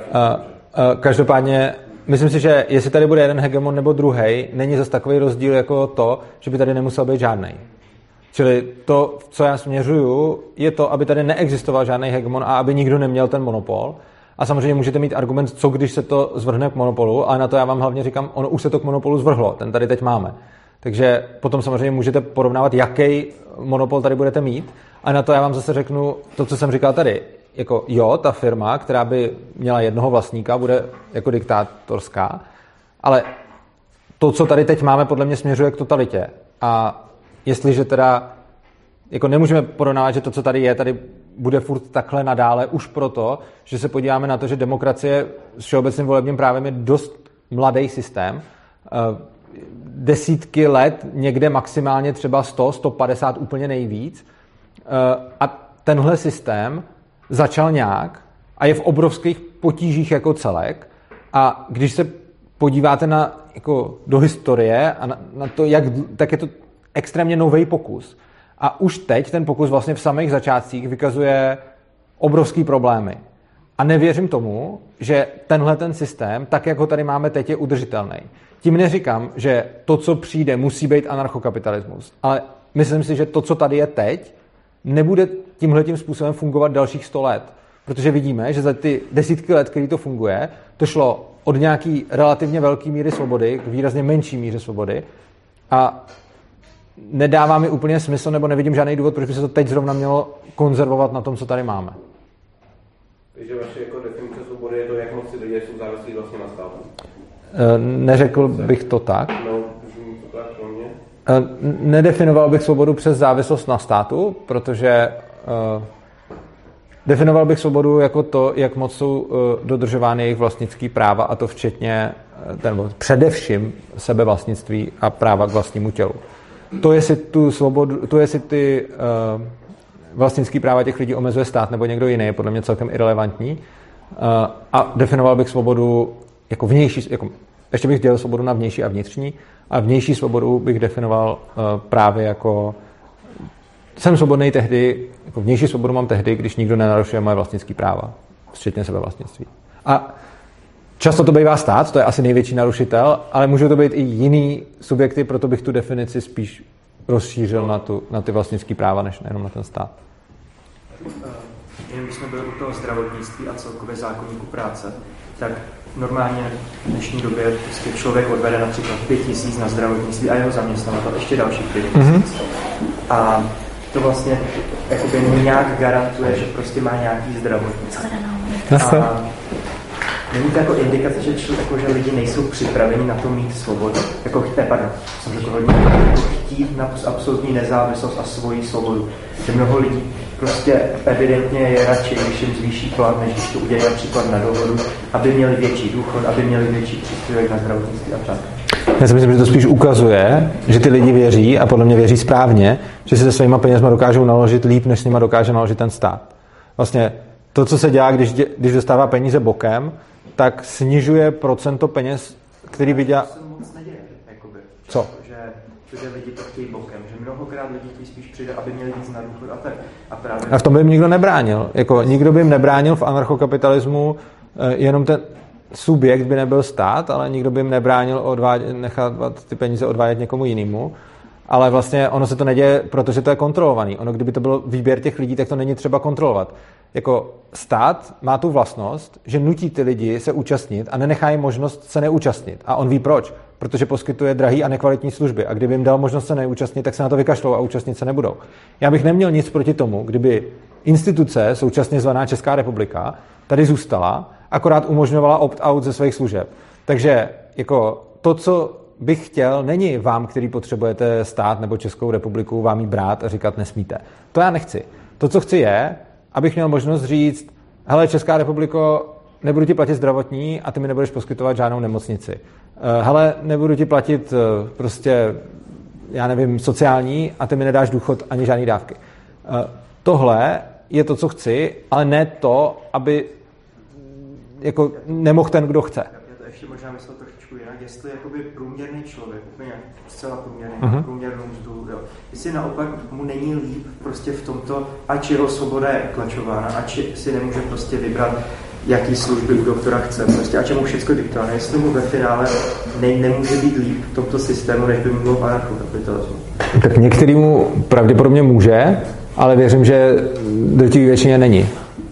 Každopádně myslím si, že jestli tady bude jeden hegemon nebo druhej, není zase takový rozdíl jako to, že by tady nemusel být žádnej. Čili to, co já směřuju, je to, aby tady neexistoval žádný hegemon a aby nikdo neměl ten monopol. A samozřejmě můžete mít argument, co když se to zvrhne k monopolu, ale na to já vám hlavně říkám, ono už se to k monopolu zvrhlo, ten tady teď máme. Takže potom samozřejmě můžete porovnávat, jaký monopol tady budete mít. A na to já vám zase řeknu to, co jsem říkal tady. Jako jo, ta firma, která by měla jednoho vlastníka, bude jako diktátorská, ale to, co tady teď máme, podle mě směřuje k totalitě. A jestliže teda jako nemůžeme porovnávat, že to, co tady je, tady bude furt takhle nadále, už proto, že se podíváme na to, že demokracie s všeobecným volebním právem je dost mladý systém. Desítky let, někde maximálně třeba 100, 150 úplně nejvíc. A tenhle systém začal nějak a je v obrovských potížích jako celek. A když se podíváte do historie a na to, tak je to extrémně nový pokus. A už teď ten pokus vlastně v samých začátcích vykazuje obrovský problémy. A nevěřím tomu, že tenhle ten systém, tak jak ho tady máme teď, je udržitelný. Tím neříkám, že to, co přijde, musí být anarchokapitalismus. Ale myslím si, že to, co tady je teď, nebude tímhletím způsobem fungovat dalších 100 let. Protože vidíme, že za ty desítky let, který to funguje, to šlo od nějaký relativně velké míry svobody k výrazně menší míře svobody. A nedává mi úplně smysl, nebo nevidím žádný důvod, proč by se to teď zrovna mělo konzervovat na tom, co tady máme. Takže vaše jako definice svobody je to, jak moc si lidé jsou závislí vlastně na státu? Neřekl bych to tak. No, můžu to tak pro mě? Nedefinoval bych svobodu přes závislost na státu, protože definoval bych svobodu jako to, jak moc jsou dodržovány jejich vlastnické práva, a to včetně, především sebevlastnictví a práva k vlastnímu tělu. To, jestli ty vlastnické práva těch lidí omezuje stát nebo někdo jiný, je podle mě celkem irelevantní. A definoval bych svobodu jako vnější, ještě bych dělal svobodu na vnější a vnitřní, a vnější svobodu bych definoval právě jako jsem svobodný tehdy, jako vnější svobodu mám tehdy, když nikdo nenarušuje moje vlastnické práva, včetně sebevlastnictví. A často to bývá stát, to je asi největší narušitel, ale můžou to být i jiný subjekty, proto bych tu definici spíš rozšířil na ty vlastnické práva, než jenom na ten stát. Když jsme byli u toho zdravotnictví a celkově zákoníku práce, tak normálně v dnešní době prostě člověk odvede například 5 000 na zdravotnictví a jeho zaměstnavatel ještě dalších 5 000. A to vlastně jakoby nějak garantuje, že prostě má nějaký zdravotnictví. A není to jako indikace, že lidi nejsou připraveni na to mít svobodu. Chtít na absolutní nezávislost a svoji svobodu. Že mnoho lidí prostě evidentně je radši, když jim zvýší plat, než když to udělají například na dohodu, aby měli větší důchod, aby měli větší příspěvek na zdravotnictví a tak. Já si myslím, že to spíš ukazuje, že ty lidi věří, a podle mě věří správně, že si se svýma penězma dokážou naložit líp, než s nima dokáže naložit ten stát. Vlastně to, co se dělá, když dostává peníze bokem, tak snižuje procento peněz, který vydělá. To se moc neděje, jakoby. Co? Že lidi to chtějí bokem, že mnohokrát lidi chtějí spíš přijde, aby měli víc na důchod a tak. A v tom by jim nikdo nebránil. Nikdo by jim nebránil v anarchokapitalismu, jenom ten subjekt by nebyl stát, ale nikdo by jim nebránil nechat ty peníze odvádět někomu jinému. Ale vlastně ono se to neděje, protože to je kontrolovaný. Ono, kdyby to byl výběr těch lidí, tak to není třeba kontrolovat. Stát má tu vlastnost, že nutí ty lidi se účastnit a nenechá jim možnost se neúčastnit. A on ví proč. Protože poskytuje drahý a nekvalitní služby. A kdyby jim dal možnost se neúčastnit, tak se na to vykašlou a účastnit se nebudou. Já bych neměl nic proti tomu, kdyby instituce, současně zvaná Česká republika, tady zůstala, akorát umožňovala opt-out ze svých služeb. Takže to, co bych chtěl, není vám, který potřebujete stát nebo Českou republiku, vám jí brát a říkat nesmíte. To já nechci. To, co chci, je, abych měl možnost říct, hele, Česká republiko, nebudu ti platit zdravotní a ty mi nebudeš poskytovat žádnou nemocnici. Hele, nebudu ti platit prostě, já nevím, sociální a ty mi nedáš důchod ani žádný dávky. Tohle je to, co chci, ale ne to, aby nemohl ten, kdo chce. Já to ještě možná myslel trošičku jinak, jestli jakoby průměrný člověk, úplně zcela průměrný, průměrnou mzdu, jo. Jestli naopak mu není líp prostě v tomto, ač jeho svoboda je klačována, ač si nemůže prostě vybrat, jaký služby u doktora chce, prostě ač je mu všechno diktováno, jestli mu ve finále nemůže být líp v tomto systému, než by mu bylo v anarchokapitalismu. Tak některýmu pravděpodobně může, ale věřím, že drtivé většině není.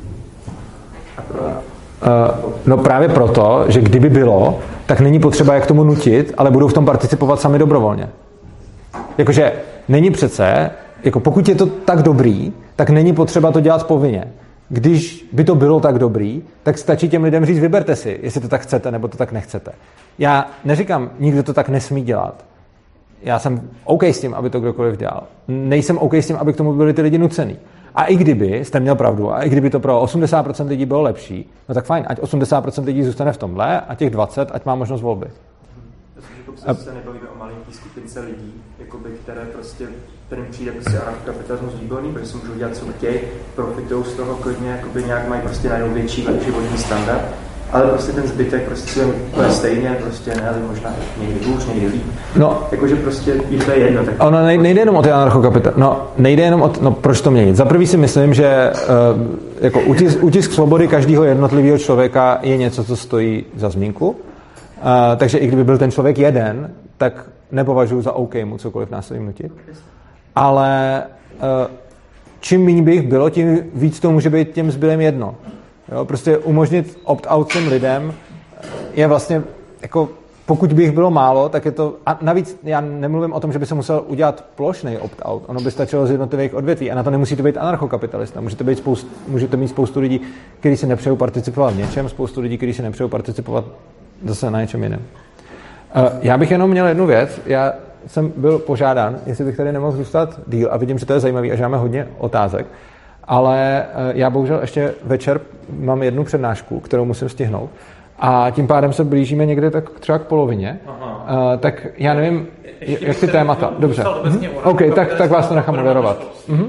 No právě proto, že kdyby bylo, tak není potřeba jak tomu nutit, ale budou v tom participovat sami dobrovolně. Jakože není přece, pokud je to tak dobrý, tak není potřeba to dělat povinně. Když by to bylo tak dobrý, tak stačí těm lidem říct, vyberte si, jestli to tak chcete, nebo to tak nechcete. Já neříkám, nikdo to tak nesmí dělat. Já jsem OK s tím, aby to kdokoliv dělal. Nejsem OK s tím, aby k tomu byli ty lidi nucený. A i kdyby jste měl pravdu, a i kdyby to pro 80% lidí bylo lepší, no tak fajn, ať 80% lidí zůstane v tomhle a těch 20, ať má možnost volby. Protože se nebavíme o malinký skupince lidí, kterým přijde prostě anarchokapitalismus výborný, protože si můžou dělat, co chtějí, profitují z toho klidně, nějak mají prostě najednou větší životní standard, ale prostě ten zbytek prostě si bude stejně, prostě ne, ale možná někdy hůř, někdy líp. No, jakože prostě je to jedno. Tak... Ono nejde jenom o ty anarchokapitalisty. No, nejde jenom o proč to měnit. Za prvý si myslím, že jako utisk svobody každého jednotlivého člověka je něco, co stojí za zmínku. Takže i kdyby byl ten člověk jeden, tak nepovažuji za OK mu cokoliv násilím nutit. Ale čím méně by jich bylo, tím víc to může být těm zbylým jedno. Jo, prostě umožnit opt-out těm lidem je vlastně jako, pokud by jich bylo málo, tak je to, a navíc já nemluvím o tom, že by se musel udělat plošný opt-out, ono by stačilo z jednotlivých odvětví a na to nemusí to být anarchokapitalista, můžete mít spoustu lidí, kteří si nepřejou participovat v něčem, spoustu lidí, kteří si nepřejou participovat zase na něčem jiném. Já bych jenom měl jednu věc, já jsem byl požádán, jestli bych tady nemohl zůstat díl a vidím, že to je zajímavý a že máme hodně otázek, ale já bohužel ještě večer mám jednu přednášku, kterou musím stihnout a tím pádem se blížíme někde tak třeba k polovině. Tak já nevím, jak ty témata. Dobře. OK, tak vás to nechám moderovat.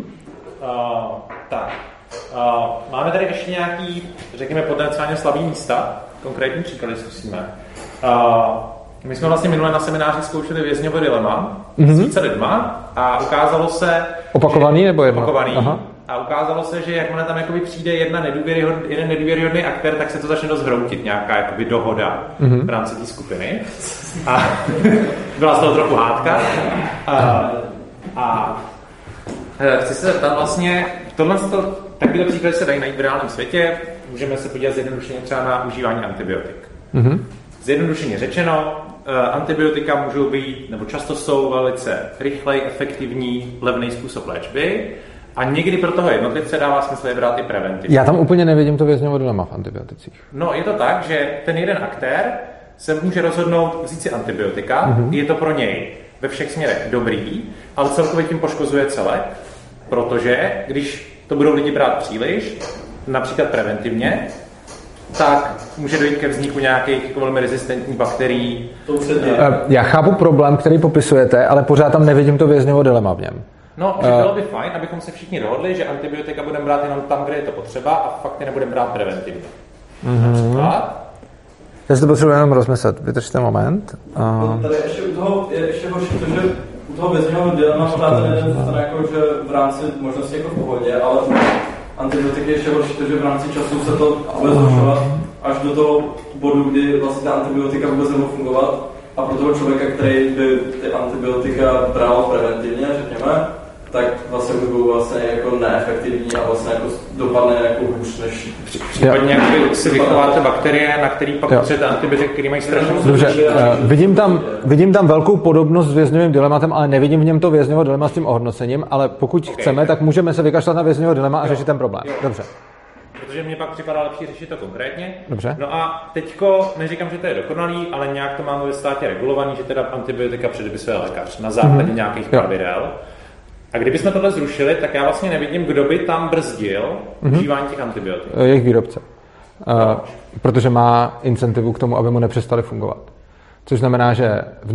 Máme tady ještě nějaký, řekněme, potenciálně slabý místa, konkrétní příklady zkusíme. My jsme vlastně minule na semináři zkoušeli vězňovo dilema s více lidma a ukázalo se... Opakovaný nebo jedno? Opakovaný. Aha. A ukázalo se, že jakmile tam jakoby přijde jeden nedůvěryhodný aktér, tak se to začne dost hroutit, nějaká jakoby dohoda v rámci té skupiny. A byla z toho trochu hádka. A chci se zeptat vlastně, takovýhle příklady se dají najít v reálném světě, můžeme se podívat zjednodušeně třeba na užívání antibiotik. Zjednodušeně řečeno, antibiotika můžou být, nebo často jsou velice rychlej, efektivní, levný způsob léčby a někdy pro toho jednotlivce dává smysl je brát i preventivně. Já tam úplně nevidím to vězňovo dilema v antibioticích. No, je to tak, že ten jeden aktér se může rozhodnout vzít si antibiotika, je to pro něj ve všech směrech dobrý, ale celkově tím poškozuje celek, protože když to budou lidi brát příliš, například preventivně, tak může dojít ke vzniku nějakých jako velmi rezistentních bakterií. Já chápu problém, který popisujete, ale pořád tam nevidím to vězňovo dilema v něm. No, že bylo by fajn, abychom se všichni dohodli, že antibiotika budeme brát jenom tam, kde je to potřeba a fakt je nebudeme brát preventivně. Například. Já si to potřebuji jenom rozmyslet. Vydržte moment. Tady ještě u toho je ještě horší to, že u toho vězňového dilema to jako, že v rámci možnosti jako v pohodě, ale antibiotiky je ještě horší to, že v rámci času se to bude zhoršovat až do toho bodu, kdy vlastně ta antibiotika vůbec nebudou fungovat a pro toho člověka, který by ty antibiotika bral preventivně, řekněme, tak vlastně by byl vlastně jako neefektivní a vlastně jako dopadne jako hůř než... Případně jak si vychováte bakterie, na který pak potřebujete antibiotika, který mají strašnou... Dobře, vidím tam velkou podobnost s vězňovým dilematem, ale nevidím v něm to vězňovo dilema s tím ohodnocením, ale pokud chceme, tak můžeme se vykašlat na vězňovo dilema a řešit ten problém. Dobře. Protože mě pak připadá lepší řešit to konkrétně. Dobře. No a teďko neříkám, že to je dokonalý, ale nějak to máme ve státě regulovaný, že teda antibiotika předepisuje lékař na základě nějakých pravidel. A kdybychom tohle zrušili, tak já vlastně nevidím, kdo by tam brzdil užívání těch antibiotik. Jejich výrobce. Protože má incentivu k tomu, aby mu nepřestali fungovat. Což znamená, že v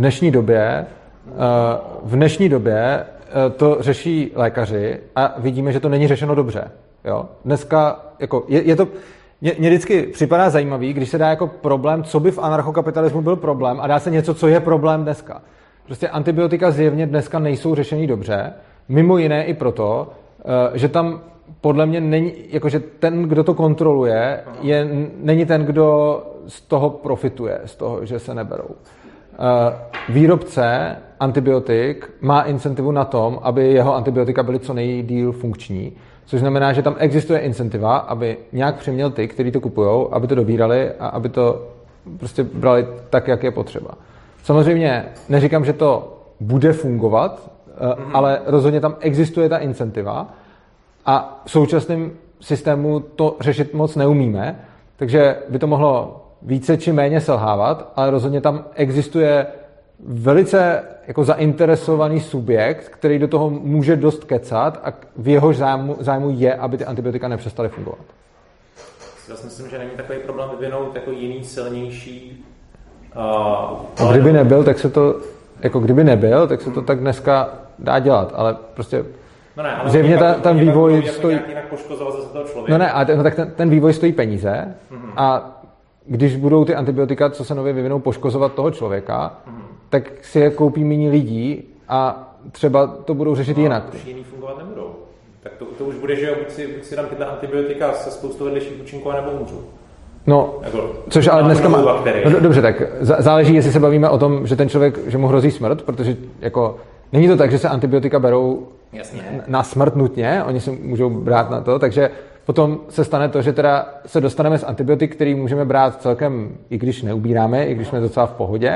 dnešní době to řeší lékaři a vidíme, že to není řešeno dobře. Jo? Dneska jako je to... Mně vždycky připadá zajímavý, když se dá jako problém, co by v anarchokapitalismu byl problém a dá se něco, co je problém dneska. Prostě antibiotika zjevně dneska nejsou řešený dobře, mimo jiné i proto, že tam podle mě není, jakože ten, kdo to kontroluje, není ten, kdo z toho profituje, z toho, že se neberou. Výrobce antibiotik má incentivu na tom, aby jeho antibiotika byly co nejdýl funkční, což znamená, že tam existuje incentiva, aby nějak přiměl ty, kteří to kupujou, aby to dobírali a aby to prostě brali tak, jak je potřeba. Samozřejmě neříkám, že to bude fungovat, ale rozhodně tam existuje ta incentiva a v současném systému to řešit moc neumíme, takže by to mohlo více či méně selhávat, ale rozhodně tam existuje velice jako zainteresovaný subjekt, který do toho může dost kecat a v jehož zájmu je, aby ty antibiotika nepřestaly fungovat. Já si myslím, že není takový problém vyvinout jako jiný silnější... Kdyby nebyl, tak se to tak dneska dá dělat, ale prostě zjevně ten vývoj stojí... Jinak poškozovat zase toho člověka. No ne, tak ten vývoj stojí peníze a když budou ty antibiotika, co se nově vyvinou, poškozovat toho člověka, tak si je koupí méně lidí a třeba to budou řešit jinak. Už jiný fungovat nebudou. Tak to už bude, že jo, buď si dám tyhle antibiotika se spoustou vedlejších účinků, nebo umřu. No, což ale dneska má... No, dobře, tak záleží, jestli se bavíme o tom, že ten člověk, že mu hrozí smrt, protože jako není to tak, že se antibiotika berou na smrt nutně, oni se můžou brát na to, takže potom se stane to, že teda se dostaneme z antibiotik, který můžeme brát celkem, i když neubíráme, i když jsme docela v pohodě,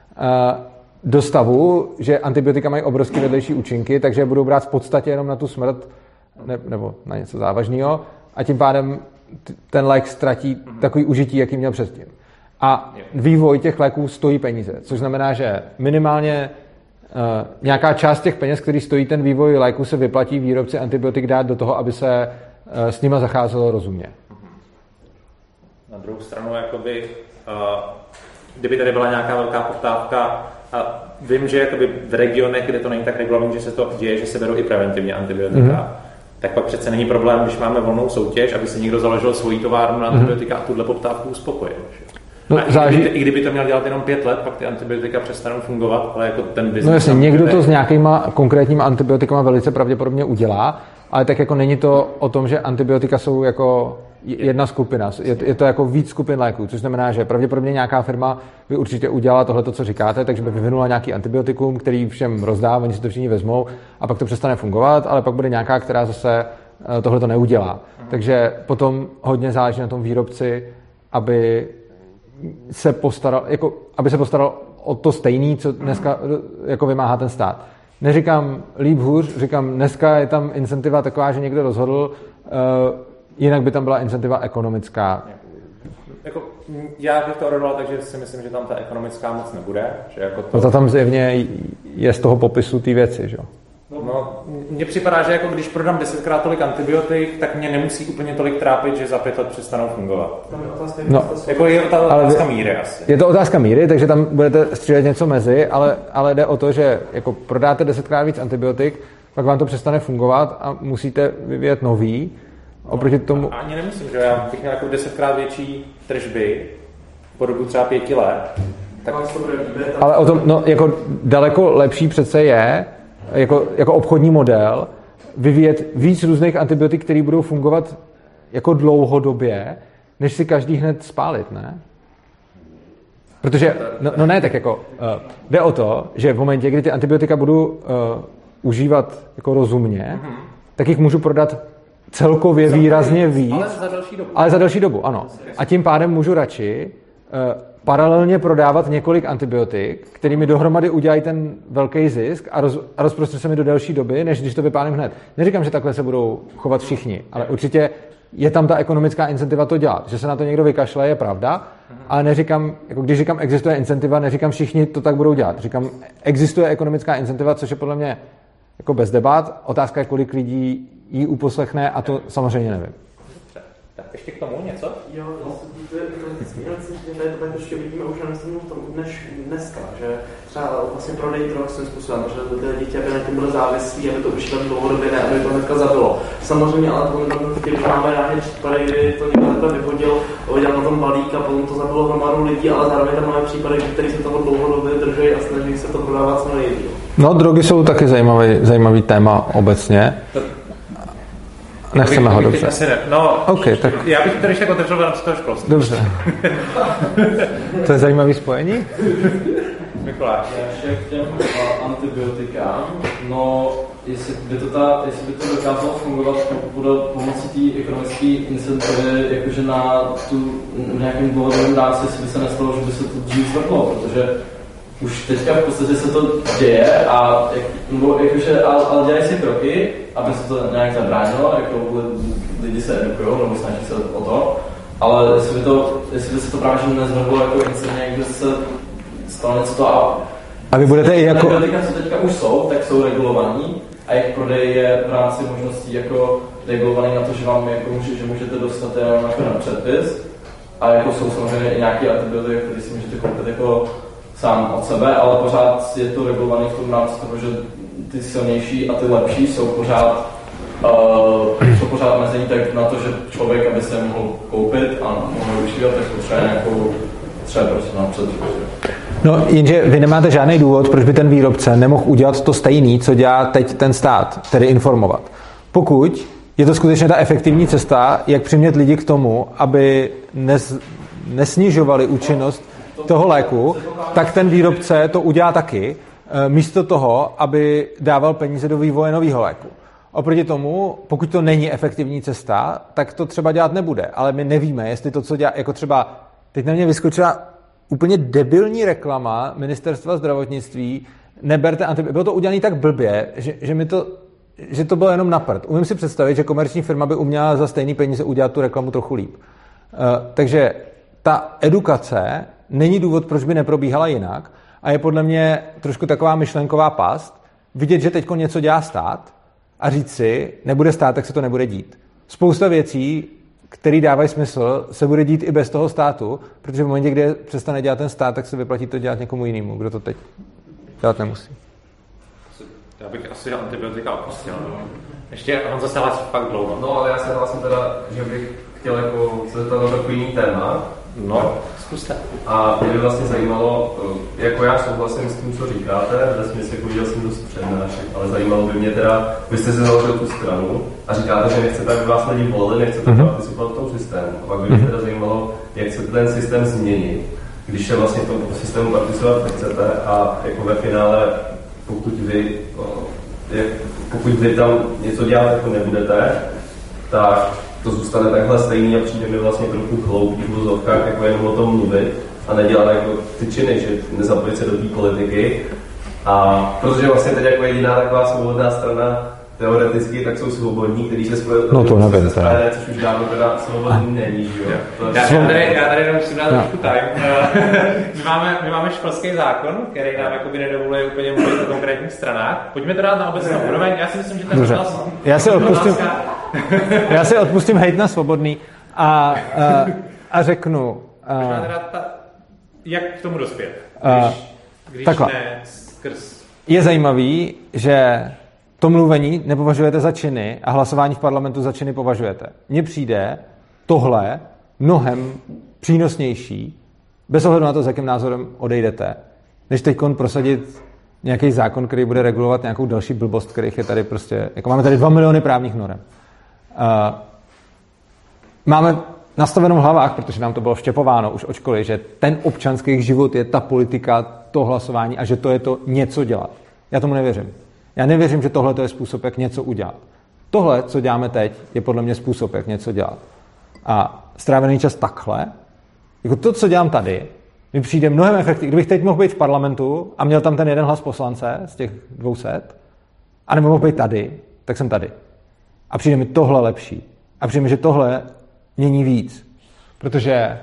do stavu, že antibiotika mají obrovské vedlejší účinky, takže budou brát v podstatě jenom na tu smrt nebo na něco závažného a tím pádem ten lék ztratí takový užití, jaký měl předtím. A vývoj těch léků stojí peníze, což znamená, že minimálně nějaká část těch peněz, který stojí ten vývoj léku, se vyplatí výrobci antibiotik dát do toho, aby se s nima zacházelo rozumně. Na druhou stranu, jakoby, kdyby tady byla nějaká velká poptávka, a vím, že jakoby v regionech, kde to není tak regulované, že se to děje, že se berou i preventivně antibiotika, tak pak přece není problém, když máme volnou soutěž, aby si někdo založil svoji továrnu na antibiotika a tuhle poptávku uspokojil. No, i kdyby to měl dělat jenom 5 let, pak ty antibiotika přestanou fungovat, ale jako ten business... No jasně, někdo to s nějakýma konkrétníma antibiotikama velice pravděpodobně udělá, ale tak jako není to o tom, že antibiotika jsou jako jedna skupina. Je to jako víc skupin léků, což znamená, že pravděpodobně nějaká firma by určitě udělala tohle, co říkáte, takže by vyvinula nějaký antibiotikum, který všem rozdá, oni si to všichni vezmou a pak to přestane fungovat, ale pak bude nějaká, která zase tohle to neudělá. Takže potom hodně záleží na tom výrobci, aby se postaral o to stejný, co dneska jako vymáhá ten stát. Neříkám líp hůř, říkám, dneska je tam incentiva taková, že někdo rozhodl, jinak by tam byla incentiva ekonomická. Jako, já bych to odhadoval, takže si myslím, že tam ta ekonomická moc nebude. Že jako to... No to tam zjevně je z toho popisu té věci, že jo? No, mně připadá, že jako když prodám 10krát tolik antibiotik, tak mě nemusí úplně tolik trápit, že za 5 let přestanou fungovat. No, jako je to otázka míry asi. Je to otázka míry, takže tam budete střílet něco mezi, ale jde o to, že jako prodáte 10krát víc antibiotik, pak vám to přestane fungovat a musíte vyvíjet nový. Oproti tomu... Ani nemusím, že já bych měl jako 10krát větší tržby po dobu třeba 5 let. Tak... Ale o tom, no, jako daleko lepší přece je, jako obchodní model, vyvíjet víc různých antibiotik, které budou fungovat jako dlouhodobě, než si každý hned spálit, ne? Protože, no ne, tak jako jde o to, že v momentě, kdy ty antibiotika budu užívat jako rozumně, tak jich můžu prodat celkově výrazně víc. Ale za delší dobu, ano. A tím pádem můžu radši paralelně prodávat několik antibiotik, kterými dohromady udělají ten velký zisk a rozprostře se mi do delší doby, než když to vypálím hned. Neříkám, že takhle se budou chovat všichni, ale určitě je tam ta ekonomická incentiva to dělat. Že se na to někdo vykašle, je pravda, ale neříkám, jako když říkám existuje incentiva, neříkám všichni to tak budou dělat. Říkám, existuje ekonomická incentiva, což je podle mě jako bez debat. Otázka je, kolik lidí ji uposlechne a to samozřejmě nevím. Tak ještě k tomu něco? Jo, zmínil jsem, že tady to tak ještě vidíme už v tom dneska, že třeba vlastně prodej drog svým způsobem, že ty děti, aby na tím byly závislí, aby to užívali dlouhodobě, ne, aby to hnedka zabilo. Samozřejmě, ale to máme rádi případy, kdy to někdo takhle vyhodil, udělal na tom balík a potom to zabilo hromadu lidí, ale zároveň tam máme případy, které se toho dlouhodobě drží a snaží se to prodávat co nejdřív. No, drogy jsou taky zajímavý téma obecně. Nechceme ho, dobře. No, okay, tak... Já bych tady ještě otevřel v rámci toho školství. Dobře. To je zajímavý spojení? Mikuláš. Ještě k těm antibiotikám, no, jestli by to dokázalo fungovat pomocí té ekonomické incentivy, jakože na tu nějakým dlouhodobým rámci, jestli by se nestalo, že by se to dřív zvrtlo, protože už teďka v podstatě se to děje a ale dělají si kroky, aby se to nějak zabránilo, jako lidi se edukují nebo snaží se o to, ale jestli by se to právě nezvrhlo jako incidentně, kde se stalo něco a vy budete i jako... Antibiotika, co teďka už jsou, tak jsou regulovaní a jejich prodej je v rámci možností jako regulovaný na to, že vám jako že můžete dostat jenom jako na předpis a jako jsou samozřejmě i nějaké antibiotika, které si můžete koupit jako sám od sebe, ale pořád je to regulovaný v tom rámci toho, že ty silnější a ty lepší jsou pořád to pořád mezení tak na to, že člověk, aby se mohl koupit a mohl využívat, tak potřebuje nějakou třeba prostě napřed. No, jenže vy nemáte žádný důvod, proč by ten výrobce nemohl udělat to stejný, co dělá teď ten stát, tedy informovat. Pokud je to skutečně ta efektivní cesta, jak přimět lidi k tomu, aby nesnižovali účinnost toho léku, tak ten výrobce to udělá taky, místo toho, aby dával peníze do vývoje nového léku. Oproti tomu, pokud to není efektivní cesta, tak to třeba dělat nebude. Ale my nevíme, jestli to, co dělá, jako třeba, teď na mě vyskočila úplně debilní reklama Ministerstva zdravotnictví, neberte antibiotika. Bylo to udělané tak blbě, že to bylo jenom na prd. Umím si představit, že komerční firma by uměla za stejný peníze udělat tu reklamu trochu líp. Takže ta edukace není důvod, proč by neprobíhala jinak a je podle mě trošku taková myšlenková past, vidět, že teď něco dělá stát a říct si, nebude stát, tak se to nebude dít. Spousta věcí, které dávají smysl, se bude dít i bez toho státu, protože v momentě, kdy přestane dělat ten stát, tak se vyplatí to dělat někomu jinému, kdo to teď dělat nemusí. Já bych asi antibiotika opustil. Ještě Honza se hlásí fakt dlouho. No, ale já se hlásím teda, že bych chtěl jako se zeptat na takový jiný téma. No, zkuste. A mě by vlastně zajímalo, jako já souhlasím s tím, co říkáte, ve smyslu, jako viděl jsem dost přednášek, ale zajímalo by mě teda, vy jste si založil tu stranu a říkáte, že nechcete, aby vás lidi volili, nechcete participovat v tom systému. A pak by mě teda zajímalo, jak chcete ten systém změnit, když se vlastně v tom systému participovat nechcete a jako ve finále, pokud vy tam něco dělat jako nebudete, tak to zůstane takhle stejný a přijde mi vlastně trochu hloupý v vozovkách, jako jenom o tom mluvit a nedělat jako ty činy, že nezapojit se do té politiky. A protože vlastně teď jako jediná taková svobodná strana teoreticky, tak jsou svobodní, kteří se spojují což už dávno teda svobodný není, že jo? Já tady musím dát trošku time. My máme školský zákon, který nám jakoby nedovoluje úplně mluvit o konkrétních stranách. Pojďme to dát na obecnou úroveň. Já si myslím, že ten hlas... Já si odpustím hejt na svobodný a řeknu... Jak k tomu dospět? Když ne skrz... Je zajímavý, že to mluvení nepovažujete za činy a hlasování v parlamentu za činy považujete. Mně přijde tohle mnohem přínosnější, bez ohledu na to, s jakým názorem odejdete, než teďkon prosadit nějaký zákon, který bude regulovat nějakou další blbost, kterých je tady prostě, jako máme tady 2 miliony právních norem. Máme nastavenou v hlavách, protože nám to bylo vštěpováno už od školy, že ten občanský život je ta politika, to hlasování a že to je to něco dělat. Já tomu nevěřím. Já nevěřím, že tohle je způsob, jak něco udělat. Tohle, co děláme teď, je podle mě způsob, jak něco dělat. A strávený čas takhle, jako to, co dělám tady, mi přijde mnohem efektivní. Kdybych teď mohl být v parlamentu a měl tam ten jeden hlas poslance z těch 200, a nebo mohl být tady, tak jsem tady. A přijde mi tohle lepší. A přijde mi, že tohle mění víc. Protože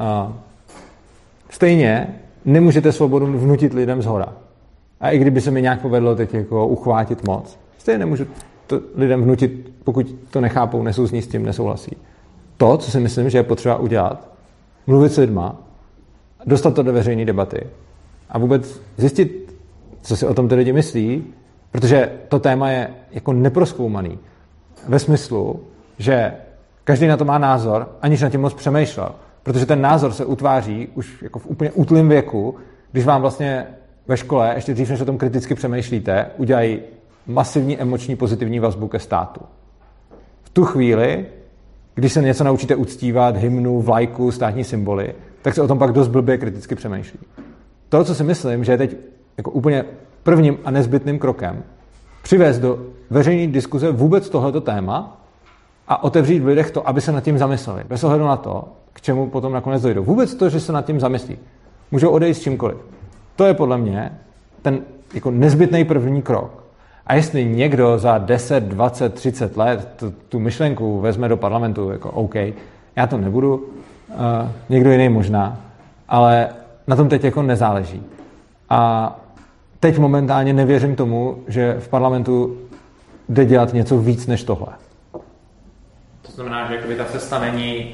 stejně nemůžete svobodu vnutit lidem zhora. A i kdyby se mi nějak povedlo teď jako uchvátit moc, stejně nemůžu to lidem vnutit, pokud to nechápou, nesouzní s tím, nesouhlasí. To, co si myslím, že je potřeba udělat, mluvit s lidma, dostat to do veřejné debaty a vůbec zjistit, co si o tom ty lidi myslí, protože to téma je jako neprozkoumaný. Ve smyslu, že každý na to má názor, aniž na tím moc přemýšlel. Protože ten názor se utváří už jako v úplně útlém věku, když vám vlastně ve škole, ještě dřív, než o tom kriticky přemýšlíte, udělají masivní emoční pozitivní vazbu ke státu. V tu chvíli, když se něco naučíte uctívat, hymnu, vlajku, státní symboly, tak se o tom pak dost blbě kriticky přemýšlí. To, co si myslím, že je teď jako úplně prvním a nezbytným krokem, přivést do veřejné diskuze vůbec tohleto téma a otevřít v lidech to, aby se nad tím zamysleli. Bez ohledu na to, k čemu potom nakonec dojdou. Vůbec to, že se nad tím zamyslí. Můžou odejít s čímkoliv. To je podle mě ten jako nezbytný první krok. A jestli někdo za 10, 20, 30 let tu myšlenku vezme do parlamentu, jako OK, já to nebudu, někdo jiný možná, ale na tom teď jako nezáleží. A teď momentálně nevěřím tomu, že v parlamentu jde dělat něco víc než tohle. To znamená, že jakoby ta cesta není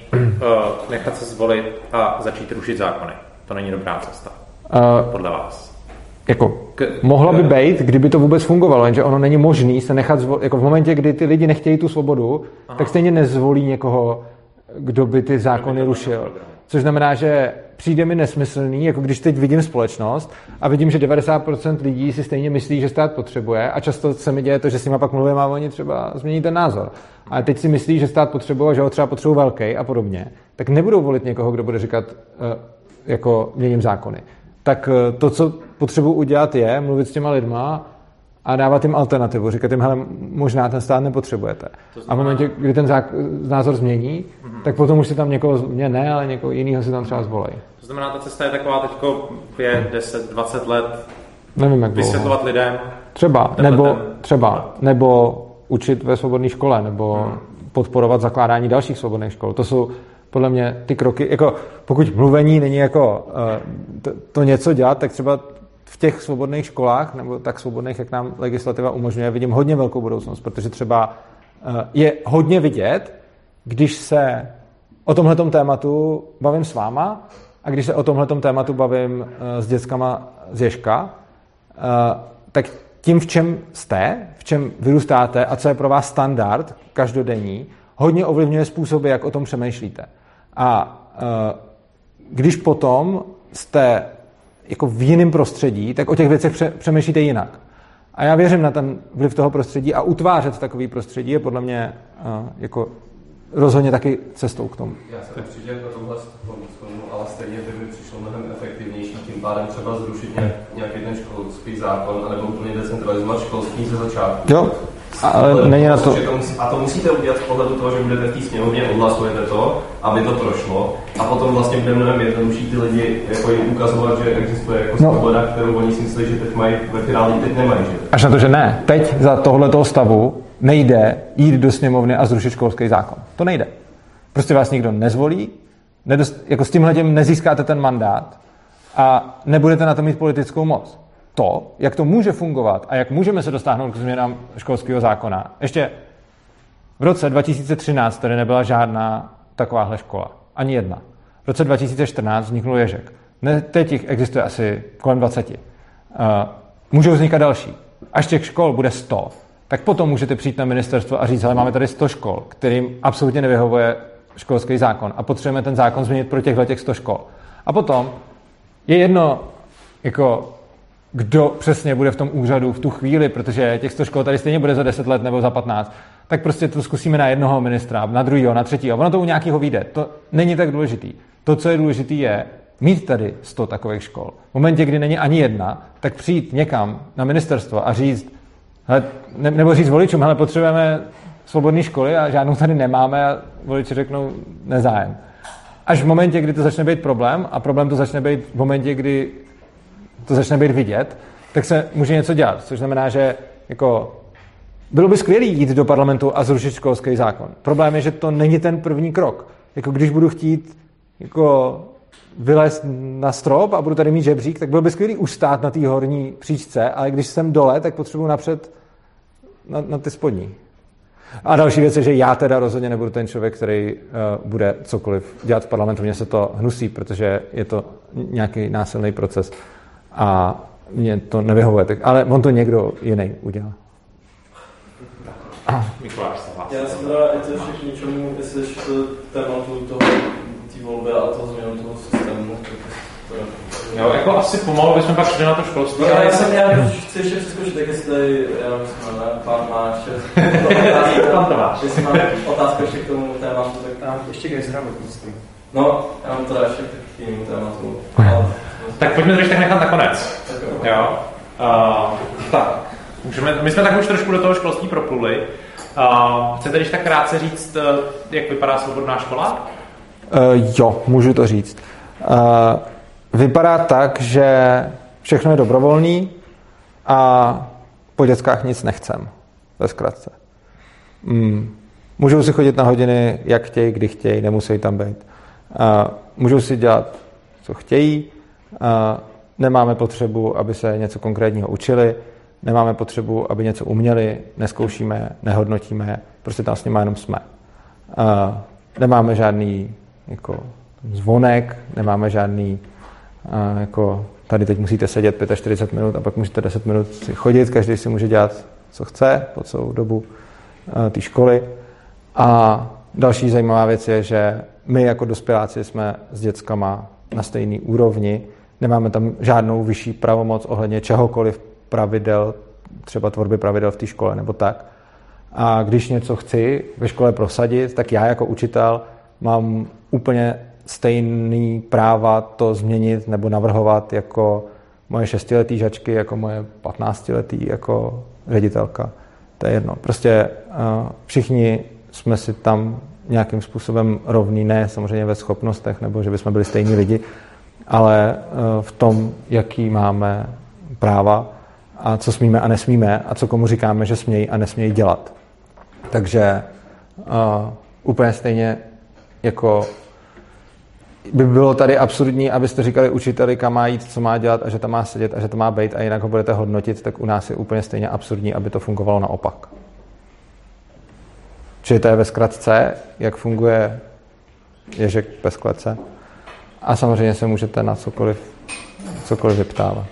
nechat se zvolit a začít rušit zákony. To není dobrá cesta. Podle vás. jako mohla by být, kdyby to vůbec fungovalo, jenže ono není možný se nechat jako v momentě, kdy ty lidi nechtějí tu svobodu, tak stejně nezvolí někoho, kdo by ty zákony rušil. Což znamená, že přijde mi nesmyslný, jako když teď vidím společnost a vidím, že 90% lidí si stejně myslí, že stát potřebuje a často se mi děje to, že s nima pak mluvím a oni třeba změní ten názor. A teď si myslí, že stát potřebuje, že ho třeba potřebují velký a podobně, tak nebudou volit někoho, kdo bude říkat jako měním zákony. Tak to, co potřebuji udělat, je mluvit s těma lidma a dávat jim alternativu. Říkat jim, hele, možná ten stát nepotřebujete. A v momentě, kdy ten názor změní, tak potom už si tam někoho, ne, ale někoho jiného si tam třeba zvolej. To znamená, ta cesta je taková teďko 5, 10, 20 let nevím, jak vysvětlovat dlouho. lidem. Nebo učit ve svobodné škole, nebo podporovat zakládání dalších svobodných škol. To jsou podle mě ty kroky, jako pokud mluvení není jako to něco dělat, tak třeba v těch svobodných školách, nebo tak svobodných, jak nám legislativa umožňuje, vidím hodně velkou budoucnost, protože třeba je hodně vidět, když se o tomhletom tématu bavím s váma a když se o tomhletom tématu bavím s dětskama z Ježka, tak tím, v čem jste, v čem vyrůstáte a co je pro vás standard každodenní, hodně ovlivňuje způsoby, jak o tom přemýšlíte. A když potom jste jako v jiném prostředí, tak o těch věcech přemýšlíte jinak. A já věřím na ten vliv toho prostředí a utvářet takový prostředí je podle mě jako rozhodně taky cestou k tomu. Já jsem určitě na tomhle sklonu, ale stejně by mi přišlo mnohem efektivnější tím pádem třeba zrušit nějaký ten školský zákon, anebo úplně decentralizovat školství ze začátku. Jo, ale není na to. A to musíte udělat z pohledu toho, že budete v té sněmovně, odhlasujete to, aby to prošlo. A potom vlastně bude mnohem jednodušší ty lidi jako jim ukazovat, že existuje jako svoboda, kterou oni si myslí, že teď mají, ve finále teď nemají. Že? Až na to, že ne. Teď za tohletoho stavu nejde jít do sněmovny a zrušit školský zákon. To nejde. Prostě vás nikdo nezvolí, jako s tímhletím nezískáte ten mandát a nebudete na to mít politickou moc. To, jak to může fungovat a jak můžeme se dostáhnout k změnám školského zákona. Ještě v roce 2013 tady nebyla žádná takováhle škola. Ani jedna. V roce 2014 vzniknul Ježek. Teď jich existuje asi kolem 20. Můžou vznikat další. Až těch škol bude 100, tak potom můžete přijít na ministerstvo a říct, ale máme tady 100 škol, kterým absolutně nevyhovuje školský zákon a potřebujeme ten zákon změnit pro těch 100 škol. A potom je jedno, jako kdo přesně bude v tom úřadu v tu chvíli, protože těch 100 škol tady stejně bude za 10 let nebo za 15, tak prostě to zkusíme na jednoho ministra, na druhého, na třetího. Ono to u nějakého vyjde. To není tak důležitý. To, co je důležité, je mít tady 100 takových škol. V momentě, kdy není ani jedna, tak přijít někam na ministerstvo a říct, hele, nebo říct voličům, hele, potřebujeme svobodné školy a žádnou tady nemáme a voliči řeknou nezájem. Až v momentě, kdy to začne být problém a problém to začne být v momentě, kdy to začne být vidět, tak se může něco dělat. Což znamená, že jako bylo by skvělé jít do parlamentu a zrušit školský zákon. Problém je, že to není ten první krok. Jako když budu chtít jako vylézt na strop a budu tady mít žebřík, tak bylo by skvělé už stát na té horní příčce, ale když jsem dole, tak potřebuji napřed na ty spodní. A další věc je, že já teda rozhodně nebudu ten člověk, který bude cokoliv dělat v parlamentu. Mně se to hnusí, protože je to nějaký násilný proces a mně to nevyhovuje. Ale on to někdo jiný udělá. Mikuláš se hlásí. Já jsem teda, je to ještě k něčemu, jestli ještě tématu toho, té volby a toho změnu toho systému. Jo, jako asi pomalu bychom pak šli na to školství. Já chci ještě přeskočit, tak jestli, já myslím, pán má ještě jestli má otázku ještě k tomu tématu, tak ještě ke zdravotnictví. No, já mám teda ještě k jinému tématu. Tak pojďme to ještě nechat nakonec. Jo. Tak, my jsme tak už trošku do toho školství propluli. Chcete když tak krátce říct, jak vypadá svobodná škola? Jo, můžu to říct. Vypadá tak, že všechno je dobrovolný a po dětskách nic nechcem. Ve zkratce. Můžou si chodit na hodiny, jak chtějí, kdy chtějí, nemusí tam být. Můžou si dělat, co chtějí. Nemáme potřebu, aby se něco konkrétního učili. Nemáme potřebu, aby něco uměli. Neskoušíme, nehodnotíme. Prostě tam s nimi jenom jsme. Nemáme žádný jako zvonek, nemáme žádný jako tady teď musíte sedět 45 minut a pak můžete 10 minut si chodit, každý si může dělat, co chce po celou dobu té školy. A další zajímavá věc je, že my jako dospěláci jsme s dětskama na stejné úrovni, nemáme tam žádnou vyšší pravomoc ohledně čehokoliv pravidel, třeba tvorby pravidel v té škole nebo tak. A když něco chci ve škole prosadit, tak já jako učitel mám úplně stejný práva to změnit nebo navrhovat jako moje 6letý žačky, jako moje 15letý jako ředitelka. To je jedno. Prostě všichni jsme si tam nějakým způsobem rovní, ne samozřejmě ve schopnostech, nebo že bychom byli stejní lidi, ale v tom, jaký máme práva a co smíme a nesmíme a co komu říkáme, že smějí a nesmějí dělat. Takže úplně stejně jako by bylo tady absurdní, abyste říkali učiteli, kam má jít, co má dělat a že tam má sedět a že to má být a jinak ho budete hodnotit, tak u nás je úplně stejně absurdní, aby to fungovalo naopak. Čili to je ve zkratce, jak funguje ježek bez klece. A samozřejmě se můžete na cokoliv vyptávat.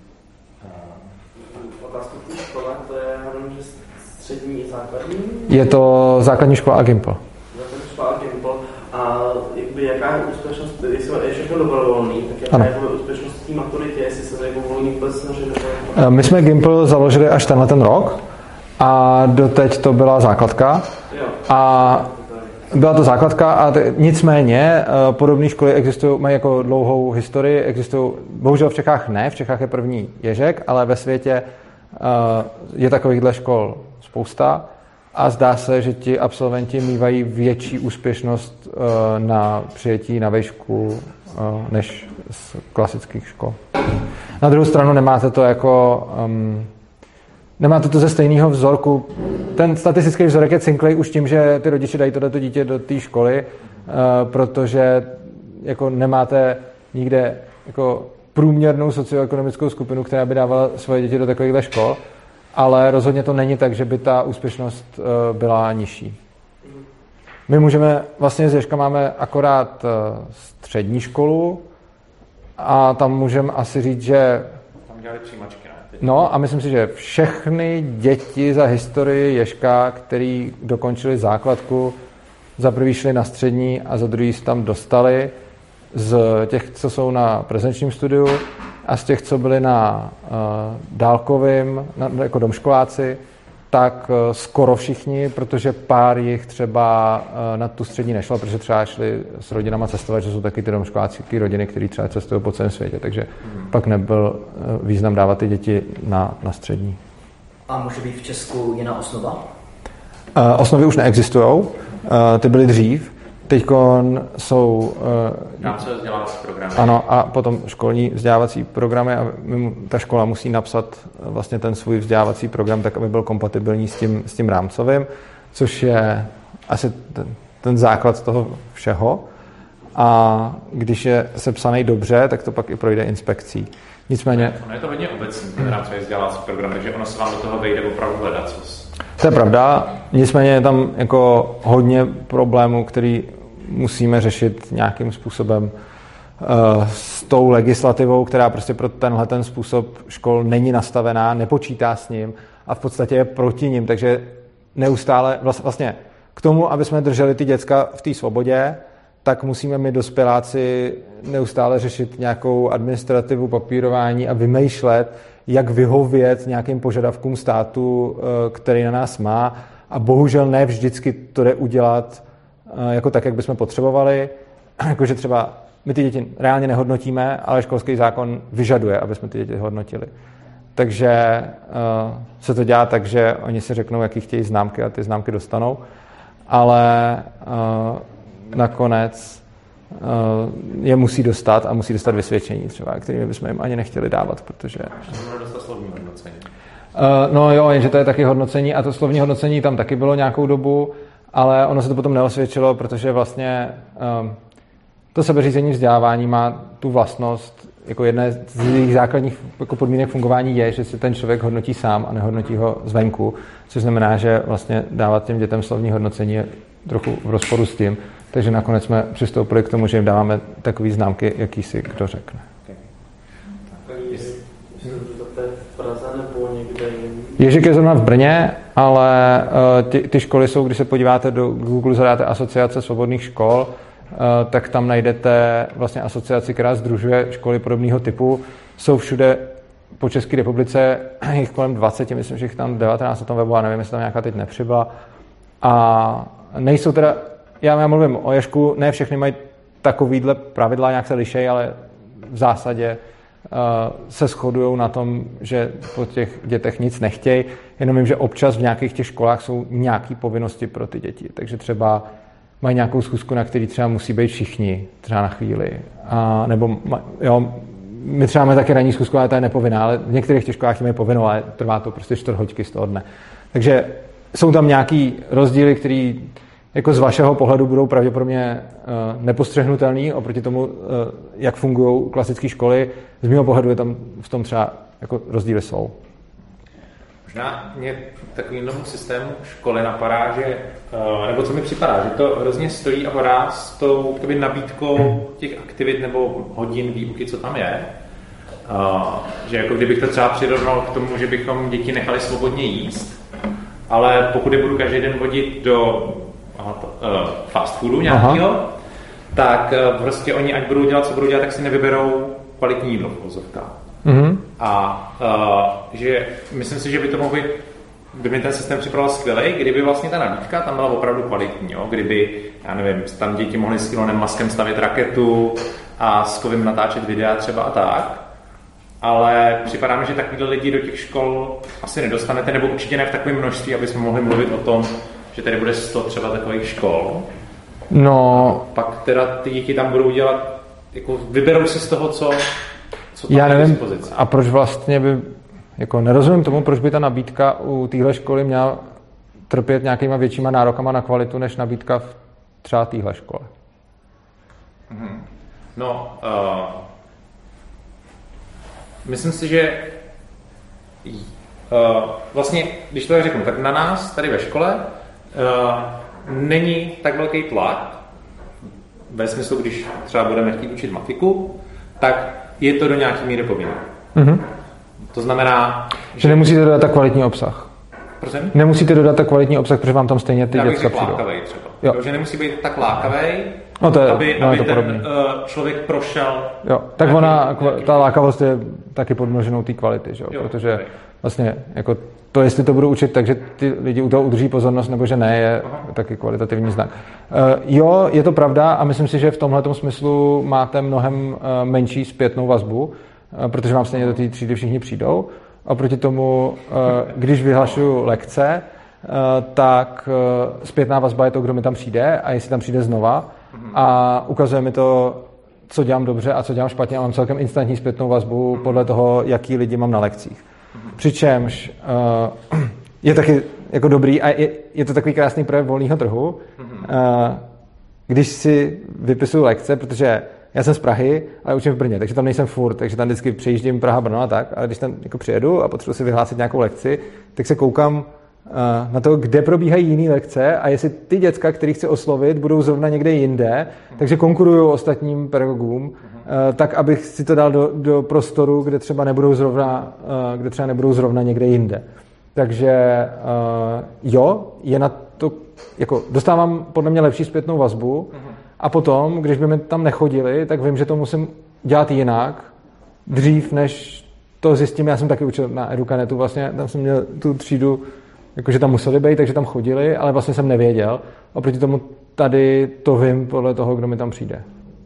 Otázka v té škole, to je že střední i základní? Je to základní škola a Gimpl. Základní škola a Gimpl. A jaká je úspěšnost, jestli je všechno dobrovolný, tak jaká je úspěšnost té maturitě, jestli se to volní vůbec snaží? My jsme Gimpl založili až ten rok a doteď to byla základka. A byla to základka a nicméně podobné školy existují, mají jako dlouhou historii, existují, bohužel v Čechách ne, v Čechách je první ježek, ale ve světě je takovýchhle škol spousta a zdá se, že ti absolventi mívají větší úspěšnost na přijetí na výšku než z klasických škol. Na druhou stranu nemáte to jako nemáte to ze stejného vzorku. Ten statistický vzorek je cinklej už tím, že ty rodiče dají tohleto dítě do té školy, protože jako nemáte nikde jako průměrnou socioekonomickou skupinu, která by dávala svoje děti do takovýchhle škol, ale rozhodně to není tak, že by ta úspěšnost byla nižší. My můžeme, vlastně z Ježka máme akorát střední školu a tam můžeme asi říct, že tam dělali přijímačky. No a myslím si, že všechny děti za historii Ježka, který dokončili základku, za prvý šli na střední a za druhý se tam dostali z těch, co jsou na prezenčním studiu a z těch, co byli na dálkovým, jako domškoláci, tak skoro všichni, protože pár jich třeba na tu střední nešlo, protože třeba šli s rodinama cestovat, že jsou taky ty domškolácké rodiny, které třeba cestují po celém světě, takže pak nebyl význam dávat ty děti na střední. A může být v Česku jiná osnova? Osnovy už neexistují, ty byly dřív. Teďkon jsou rámcové vzdělávací programy. Ano, a potom školní vzdělávací programy a ta škola musí napsat vlastně ten svůj vzdělávací program tak, aby byl kompatibilní s tím rámcovým, což je asi ten základ toho všeho. A když je sepsaný dobře, tak to pak i projde inspekcí. Nicméně... Ono je to hodně obecný, ten rámcový vzdělávací program, takže ono se vám do toho vejde opravdu hledat. To je pravda, nicméně je tam jako hodně problémů, který musíme řešit nějakým způsobem s tou legislativou, která prostě pro ten způsob škol není nastavená, nepočítá s ním a v podstatě je proti ním, takže neustále vlastně k tomu, aby jsme drželi ty děcka v té svobodě, tak musíme my dospěláci neustále řešit nějakou administrativu, papírování a vymýšlet, jak vyhovět nějakým požadavkům státu, který na nás má. A bohužel ne vždycky to jde udělat jako tak, jak bychom potřebovali. Jakože třeba my ty děti reálně nehodnotíme, ale školský zákon vyžaduje, aby jsme ty děti hodnotili. Takže se to dělá tak, že oni si řeknou, jaký chtějí známky a ty známky dostanou. Ale nakonec je musí dostat a musí dostat vysvědčení třeba, kterými bychom jim ani nechtěli dávat, protože... Můžeme dostat slovní hodnocení. No jo, jenže to je taky hodnocení a to slovní hodnocení tam taky bylo nějakou dobu, ale ono se to potom neosvědčilo, protože vlastně to sebeřízení vzdělávání má tu vlastnost, jako jedna z jejich základních jako podmínek fungování je, že si ten člověk hodnotí sám a nehodnotí ho zvenku, což znamená, že vlastně dávat těm dětem slovní hodnocení je trochu v rozporu s tím, takže nakonec jsme přistoupili k tomu, že jim dáváme takové známky, jaký si kdo řekne. Okay. Praze nebo někde jinde? Ježek je zrovna v Brně, ale ty školy jsou, když se podíváte do Google, zadáte Asociace svobodných škol, tak tam najdete vlastně asociaci, která sdružuje školy podobného typu. Jsou všude po České republice, jich kolem 20, myslím, že jich tam 19 na tom webu, a nevím, jestli tam nějaká teď nepřibyla. A nejsou teda, já mluvím o Ježku, ne všechny mají takovýhle pravidla, nějak se lišej, ale v zásadě se shodují na tom, že po těch dětech nic nechtějí, jenom vím, že občas v nějakých těch školách jsou nějaké povinnosti pro ty děti, takže třeba mají nějakou schůzku, na který třeba musí být všichni, třeba na chvíli, nebo jo, my třeba máme taky ranní schůzku, ale ta je nepovinná, ale v některých těch školách je povinnou, ale trvá to prostě 4 hodiny z toho dne. Takže jsou tam nějaký rozdíly, které jako z vašeho pohledu budou pravděpodobně nepostřehnutelný oproti tomu, jak fungují klasické školy. Z mého pohledu je tam v tom třeba jako rozdíly jsou. Možná mě takový nový systém školy napadá, že, nebo co mi připadá, že to hrozně stojí a padá s tou nabídkou těch aktivit nebo hodin výuky, co tam je. Že jako kdybych to třeba přirovnal k tomu, že bychom děti nechali svobodně jíst, ale pokud je budu každý den vodit do fast foodu nějakého, tak prostě oni, ať budou dělat, co budou dělat, tak si nevyberou kvalitní jídlo v vozovkách. Mm-hmm. A že myslím si, že by to mohl být, kdyby ten systém připravil skvělej, kdyby vlastně ta nabídka tam byla opravdu kvalitní, jo? Kdyby, já nevím, tam děti mohly s Elonem Muskem stavět raketu a s Kovim natáčet videa třeba a tak, ale připadá mi, že takovýhle lidi do těch škol asi nedostanete, nebo určitě ne v takovém množství, aby jsme mohli mluvit o tom, že tady bude 100 třeba takových škol. No. A pak teda ty děti tam budou dělat, jako vyberou si z toho, co tam já nevím, dispozici. A proč vlastně by, jako nerozumím tomu, proč by ta nabídka u téhle školy měla trpět nějakýma většíma nárokama na kvalitu, než nabídka v třeba téhle škole. No, myslím si, že vlastně, když to tak řeknu, tak na nás tady ve škole není tak velký tlak, ve smyslu, když třeba budeme chtít učit matiku, tak je to do nějaké míry povinné. Mm-hmm. To znamená, že nemusíte dodat tak kvalitní obsah. Prosím? Nemusíte dodat tak kvalitní obsah, protože vám tam stejně ty děcka přijdou. Lákavej třeba. Jo. Že nemusí být tak lákavej, aby to ten člověk prošel. Jo, tak ta lákavost je taky podmnoženou té kvality, že? Protože vlastně jako to, jestli to budu učit, takže ty lidi u toho udrží pozornost, nebo že ne, je taky kvalitativní znak. Jo, je to pravda a myslím si, že v tomhletom smyslu máte mnohem menší zpětnou vazbu, protože vám stejně do té třídy všichni přijdou. A proti tomu, když vyhlašuju lekce, tak zpětná vazba je to, kdo mi tam přijde a jestli tam přijde znova a ukazuje mi to, co dělám dobře a co dělám špatně a mám celkem instantní zpětnou vazbu podle toho, jaký lidi mám na lekcích. Přičemž je taky jako dobrý a je to takový krásný projev volného trhu, když si vypisuju lekce, protože já jsem z Prahy, ale učím v Brně, takže tam nejsem furt, takže tam vždycky přejíždím Praha-Brno a tak, ale když tam jako přijedu a potřebuji si vyhlásit nějakou lekci, tak se koukám na to, kde probíhají jiné lekce a jestli ty děcka, který chci oslovit, budou zrovna někde jinde, takže konkuruju ostatním pedagogům, tak abych si to dal do prostoru, kde třeba nebudou zrovna někde jinde. Takže jo, je na to, jako dostávám podle mě lepší zpětnou vazbu a potom, když by mi tam nechodili, tak vím, že to musím dělat jinak, dřív, než to zjistím. Já jsem taky učil na Educanetu, vlastně tam jsem měl tu třídu, jakože tam museli být, takže tam chodili, ale vlastně jsem nevěděl. Oproti tomu tady to vím podle toho, kdo mi tam přijde.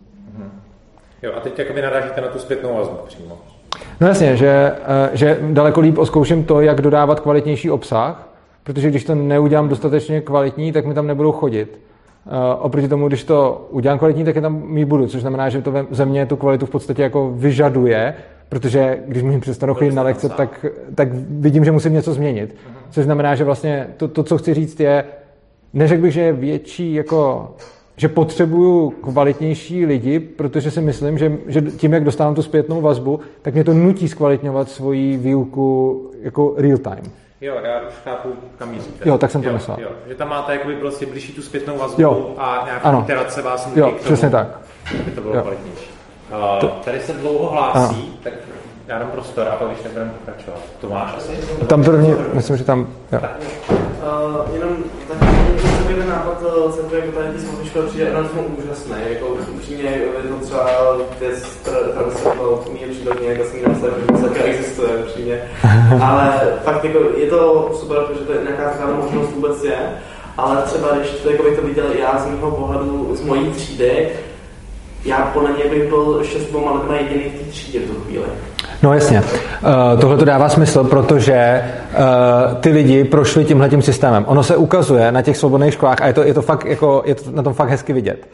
Jo, a teď jakoby narážíte na tu zpětnou vazbu přímo. No jasně, že daleko líp oskouším to, jak dodávat kvalitnější obsah, protože když to neudělám dostatečně kvalitní, tak mi tam nebudou chodit. Oproti tomu, když to udělám kvalitní, tak je tam mít budu, což znamená, že to ze mě tu kvalitu v podstatě jako vyžaduje, protože když mi přestanou chodit na lekce, tak vidím, že musím něco změnit. Což znamená, že vlastně to, co chci říct, je, neřekl bych, že je větší, jako, že potřebuju kvalitnější lidi, protože si myslím, že tím, jak dostávám tu zpětnou vazbu, tak mě to nutí zkvalitňovat svoji výuku jako real time. Jo, já už chápu, kam míříte. Jo, tak jsem to myslel. Jo, že tam máte jakoby prostě blížší tu zpětnou vazbu a nějaká iterace vás nutí jo, k tomu, přesně tak. aby to bylo kvalitnější. Tady se dlouho hlásí, tak Já dám prostor a pak když nebudeme pokračovat. To máš asi? Tam první, myslím, že tam... Jo. Jenom takový ten nápad celkově jako tady ty školy přijde na tom úžasné, jako upřímně je to třeba věc, která se mě přírodně, jako jsem ji namyslet, že to také existuje upřímně, ale fakt jako je to super, protože to je nějaká taková možnost vůbec je, ale třeba když to viděl já z mého pohledu, z mojí třídy, já podle mě bych byl ještě s dvouma lidma jediný v té třídě v tu chvíli. No jasně. Tohle to dává smysl, protože ty lidi prošli tímhletím systémem. Ono se ukazuje na těch svobodných školách a je to fakt jako, je to na tom fakt hezky vidět.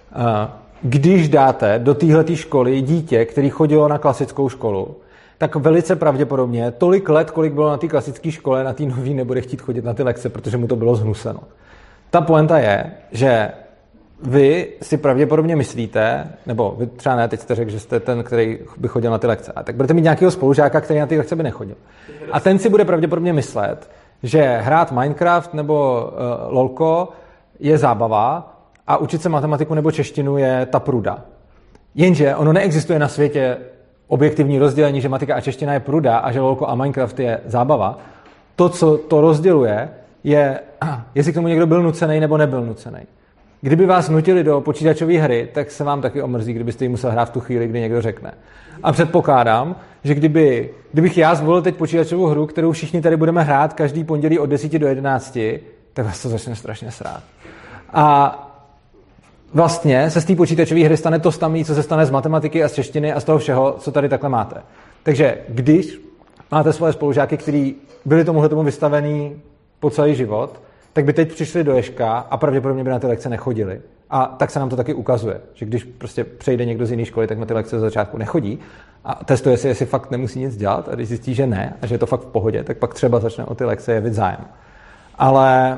Když dáte do téhleté školy dítě, který chodilo na klasickou školu, tak velice pravděpodobně tolik let, kolik bylo na té klasické škole, na té nový nebude chtít chodit na ty lekce, protože mu to bylo zhnuseno. Ta pointa je, že vy si pravděpodobně myslíte, nebo vy třeba ne, teď jste řekl, že jste ten, který by chodil na ty lekce, a tak budete mít nějakého spolužáka, který na ty lekce by nechodil. A ten si bude pravděpodobně myslet, že hrát Minecraft nebo LOLko je zábava a učit se matematiku nebo češtinu je ta pruda. Jenže ono neexistuje na světě objektivní rozdělení, že matika a čeština je pruda a že LOLko a Minecraft je zábava. To, co to rozděluje, je, jestli k tomu někdo byl nucený nebo nebyl nucený. Kdyby vás nutili do počítačové hry, tak se vám taky omrzí, kdybyste ji musel hrát v tu chvíli, kdy někdo řekne. A předpokládám, že kdybych já zvolil teď počítačovou hru, kterou všichni tady budeme hrát každý pondělí od 10 do 11, tak vás to začne strašně srát. A vlastně se z té počítačové hry stane to samé, co se stane z matematiky a z češtiny a z toho všeho, co tady takhle máte. Takže když máte svoje spolužáky, kteří byli tomu vystavený po celý život, tak by teď přišli do Ježka a pravděpodobně by na ty lekce nechodili. A tak se nám to taky ukazuje, že když prostě přejde někdo z jiné školy, tak na ty lekce za začátku nechodí a testuje si, jestli fakt nemusí nic dělat a když zjistí, že ne a že je to fakt v pohodě, tak pak třeba začne o ty lekce jevit zájem. Ale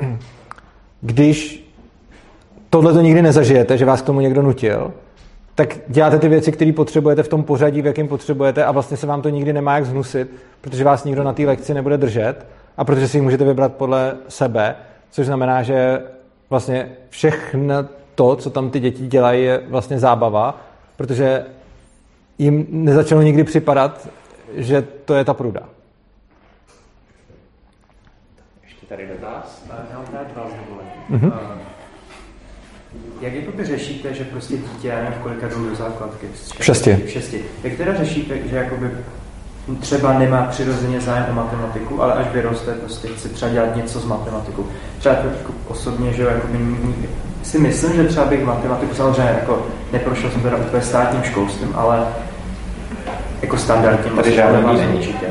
když tohle to nikdy nezažijete, že vás k tomu někdo nutil, tak děláte ty věci, které potřebujete v tom pořadí, v jakém potřebujete a vlastně se vám to nikdy nemá jak zhnusit, protože vás nikdo na té lekci nebude držet a protože si ji můžete vybrat podle sebe, což znamená, že vlastně všechno to, co tam ty děti dělají, je vlastně zábava, protože jim nezačalo nikdy připadat, že to je ta pruda. Ještě tady dotaz. Já mám tady dva zdovolení. Jak jakoby řešíte, že prostě dítě, já nevím, v kolika jdou do základky? V 6. Jak teda řešíte, že jakoby třeba nemá přirozeně zájem o matematiku, ale až vyroste, prostě chce třeba dělat něco s matematikou. Třeba jako osobně, že jakoby si myslím, že třeba bych matematiku samozřejmě jako neprošel jsem teda úplně státním školstvím, ale jako standardním. Tady žádný není. Určitě.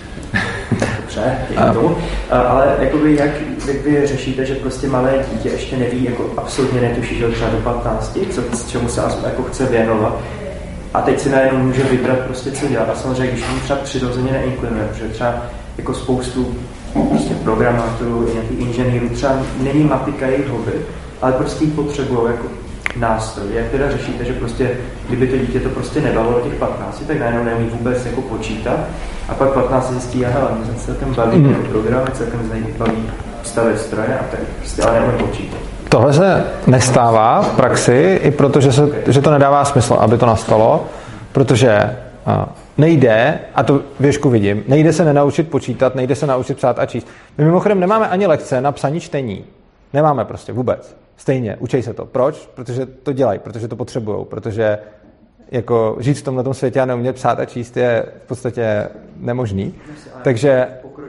Dobře, děkuji. Ale jakoby jak vy řešíte, že prostě malé dítě ještě neví, jako absolutně netuší, že třeba do 15, čemu se jako chce věnovat. A teď si najednou může vybrat prostě co dělat. A samozřejmě, když mu třeba přirozeně neinklinuje, protože třeba jako spoustu prostě programátorů, nějakých inženýrů, třeba není matika jejich hobby, ale prostě ji potřebují jako nástroj. Jak teda řešíte, že prostě, kdyby to dítě to prostě nebavilo těch 15, tak najednou neumí vůbec jako počítat a pak 15 zjistí, aha, mě se celkem baví programy, celkem baví stavět stroje a tak prostě, ale neumí počítat. Tohle se nestává v praxi, i protože že to nedává smysl, aby to nastalo, protože nejde, a to věšku vidím, nejde se nenaučit počítat, nejde se naučit psát a číst. My mimochodem nemáme ani lekce na psaní čtení. Nemáme prostě vůbec. Stejně, učej se to. Proč? Protože to dělají, protože to potřebujou, protože jako žít v tomhletom světě a neumět psát a číst je v podstatě nemožný. Takže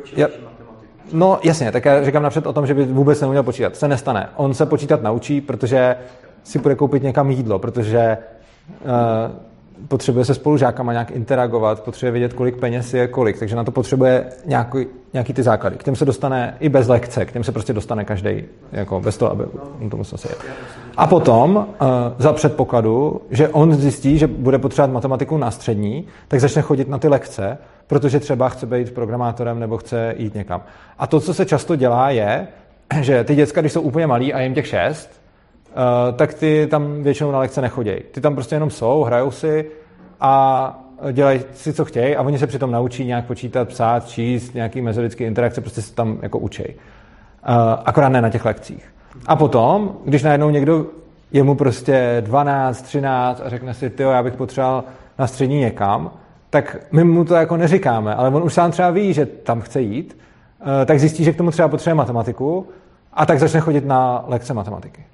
no jasně, tak já říkám napřed o tom, že by vůbec neuměl počítat. Se nestane. On se počítat naučí, protože si bude koupit někam jídlo, protože potřebuje se spolužákama nějak interagovat, potřebuje vědět, kolik peněz je kolik, takže na to potřebuje nějaký ty základy. K těm se dostane i bez lekce, k těm se prostě dostane každý, jako bez toho, aby on to musel sedět. A potom za předpokladu, že on zjistí, že bude potřebovat matematiku na střední, tak začne chodit na ty lekce, protože třeba chce být programátorem nebo chce jít někam. A to, co se často dělá, je, že ty děcka, když jsou úplně malí a jim těch 6, tak ty tam většinou na lekce nechodějí. Ty tam prostě jenom jsou, hrajou si a dělají si, co chtějí a oni se přitom naučí nějak počítat, psát, číst, nějaký mezodické interakce, prostě se tam jako učej. Akorát ne na těch lekcích. A potom, když najednou někdo je mu prostě 12, 13 a řekne si, tyjo, já bych potřeboval na střední někam, tak my mu to jako neříkáme, ale on už sám třeba ví, že tam chce jít, tak zjistí, že k tomu třeba potřebuje matematiku a tak začne chodit na lekce matematiky.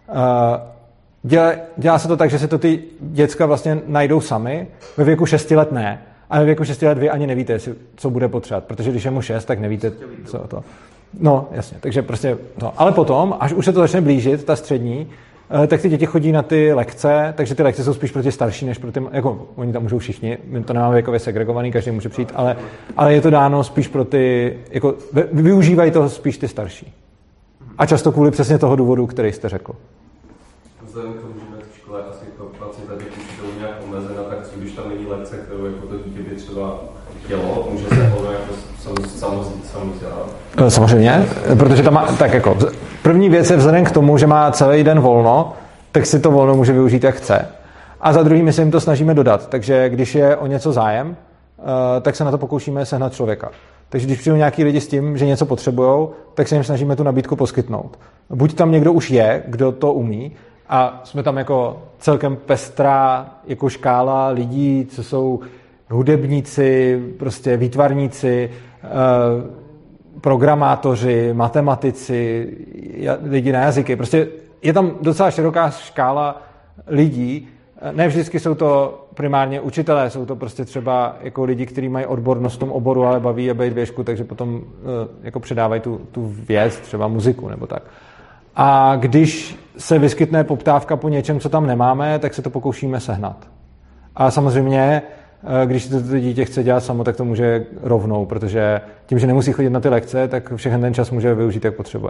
Dělá se to tak, že se to ty děcka vlastně najdou sami, ve věku 6 let ne, a ve věku 6 let vy ani nevíte, co bude potřebovat, protože když je mu 6, tak nevíte, co to. No, jasně, takže prostě to. Ale potom, až už se to začne blížit, ta střední, tak ty děti chodí na ty lekce, takže ty lekce jsou spíš pro ty starší, než pro ty, jako oni tam můžou všichni, my to nemáme věkově segregovaný, každý může přijít, ale je to dáno spíš pro ty, jako využívají toho spíš ty starší. A často kvůli přesně toho důvodu, který jste řekl. Vzhledem k tomu, že v škole asi kapacita dětí je nějak omezena, tak co když tam není lekce, kterou jako to dítě by třeba chtělo, může se ono jako samozdělat? Samozřejmě, protože tam má, tak jako, první věc je vzhledem k tomu, že má celý den volno, tak si to volno může využít, jak chce. A za druhý, my se jim to snažíme dodat. Takže když je o něco zájem, tak se na to pokoušíme sehnat člověka. Takže když přijdou nějaký lidi s tím, že něco potřebujou, tak se jim snažíme tu nabídku poskytnout. Buď tam někdo už je, kdo to umí, a jsme tam jako celkem pestrá jako škála lidí, co jsou hudebníci, prostě výtvarníci, programátoři, matematici, lidi na jazyky. Prostě je tam docela široká škála lidí. Ne vždycky jsou to primárně učitelé, jsou to prostě třeba jako lidi, kteří mají odbornost v tom oboru, ale baví je být věšku, takže potom jako předávají tu věc, třeba muziku nebo tak. A když se vyskytne poptávka po něčem, co tam nemáme, tak se to pokoušíme sehnat. A samozřejmě, když to dítě chce dělat samo, tak to může rovnou, protože tím, že nemusí chodit na ty lekce, tak všechny ten čas může využít, jak potřebuje.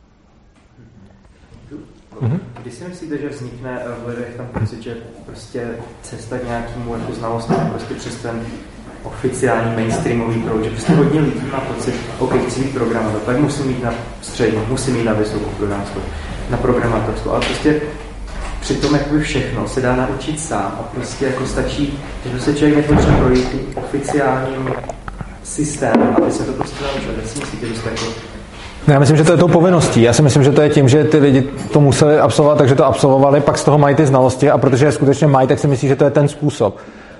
Když si myslíte, že vznikne v lidech tam pocit, že prostě cesta k nějakému jako znalostem prostě přes ten oficiální mainstreamový proud, že prostě hodně lidí má pocit, OK, chci být programátor, tak musím jít na střední, musím jít na vysokou programátorskou, na programátorskou, ale prostě přitom jakoby všechno se dá naučit sám a prostě jako stačí, že se člověk nepotřebuje projít tím oficiálním systémem, aby se to prostě naučil. Jak si myslíte, že jste jako... Já myslím, že to je tou povinností. Já si myslím, že to je tím, že ty lidi to museli absolvovat, takže to absolvovali, pak z toho mají ty znalosti a protože je skutečně mají, tak si myslím, že to je ten způsob.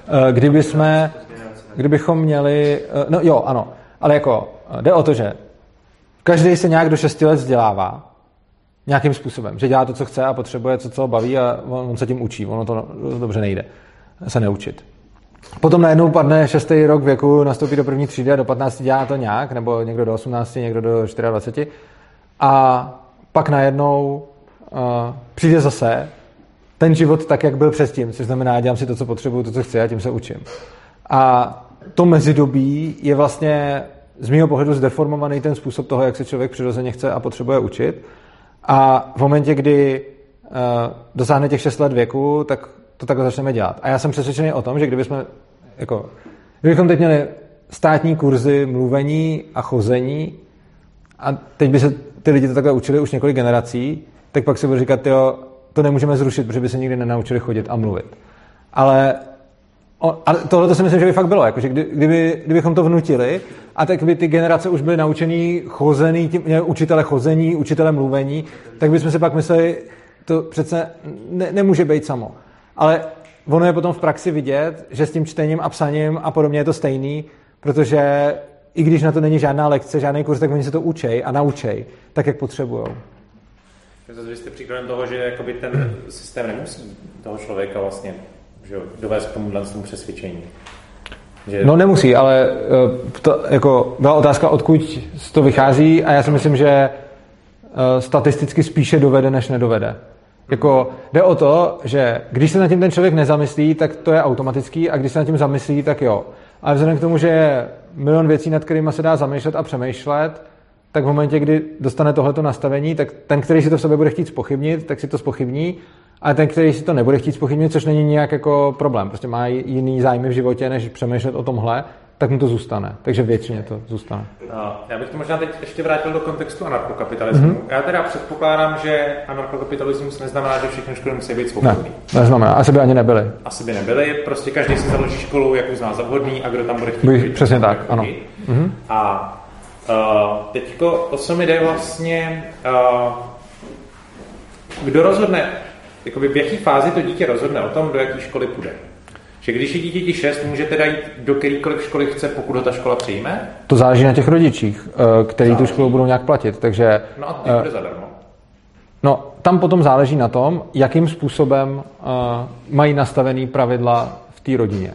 Kdybychom měli... No jo, ano. Ale jako jde o to, že každý se nějak do 6 let vzdělává nějakým způsobem, že dělá to, co chce a potřebuje, co ho baví a on se tím učí. Ono to dobře nejde se neučit. Potom najednou padne 6. rok věku, nastoupí do první třídy a do 15 dělá to nějak, nebo někdo do 18, někdo do 24. A pak najednou přijde zase ten život tak, jak byl předtím, což znamená, dělám si to, co potřebuju, to, co chci a tím se učím. A to mezidobí je vlastně z mého pohledu zdeformovaný ten způsob toho, jak se člověk přirozeně chce a potřebuje učit. A v momentě, kdy dosáhne těch 6 let věku, tak to takhle začneme dělat. A já jsem přesvědčený o tom, že kdybychom teď měli státní kurzy mluvení a chození a teď by se ty lidi to takhle učili už několik generací, tak pak si budu říkat, jo, to nemůžeme zrušit, protože by se nikdy nenaučili chodit a mluvit. Ale tohle si myslím, že by fakt bylo, jakože kdybychom to vnutili a tak by ty generace už byly naučený chozený, učitele chození, učitele mluvení, tak bychom si pak mysleli, to přece nemůže být samo. Ale ono je potom v praxi vidět, že s tím čtením a psaním a podobně je to stejný, protože i když na to není žádná lekce, žádný kurz, tak oni se to učej a naučej, tak jak potřebujou. Vy jste příkladem toho, že jakoby ten systém nemusí toho člověka vlastně dovést k tomu přesvědčení. Že... No nemusí, ale to jako byla otázka, odkud to vychází a já si myslím, že statisticky spíše dovede, než nedovede. Jako jde o to, že když se nad tím ten člověk nezamyslí, tak to je automatický a když se nad tím zamyslí, tak jo. Ale vzhledem k tomu, že je milion věcí, nad kterými se dá zamýšlet a přemýšlet, tak v momentě, kdy dostane tohleto nastavení, tak ten, který si to v sobě bude chtít zpochybnit, tak si to zpochybní, a ten, který si to nebude chtít zpochybnit, což není nějak jako problém, prostě má jiný zájmy v životě, než přemýšlet o tomhle, tak mu to zůstane. Takže většině to zůstane. Já bych to možná teď ještě vrátil do kontextu anarchokapitalismu. Mm-hmm. Já teda předpokládám, že anarchokapitalismus neznamená, že všechny školy musí být svobodný. Ne, neznamená. Asi by ani nebyly. Asi by nebyly. Prostě každý si založí školu, jak uzná za vhodný a kdo tam bude chtít. Přesně tak, ano. Mm-hmm. A teďko o co mi jde vlastně, kdo rozhodne, jakoby v jaký fázi to dítě rozhodne o tom, do jaké školy půjde. Že když je dítěti 6, můžete jít do kterýkoliv školy chce, pokud ho ta škola přijme? To záleží na těch rodičích, kteří tu školu budou nějak platit, takže... No a ty bude zadarmo. No, tam potom záleží na tom, jakým způsobem mají nastavený pravidla v té rodině.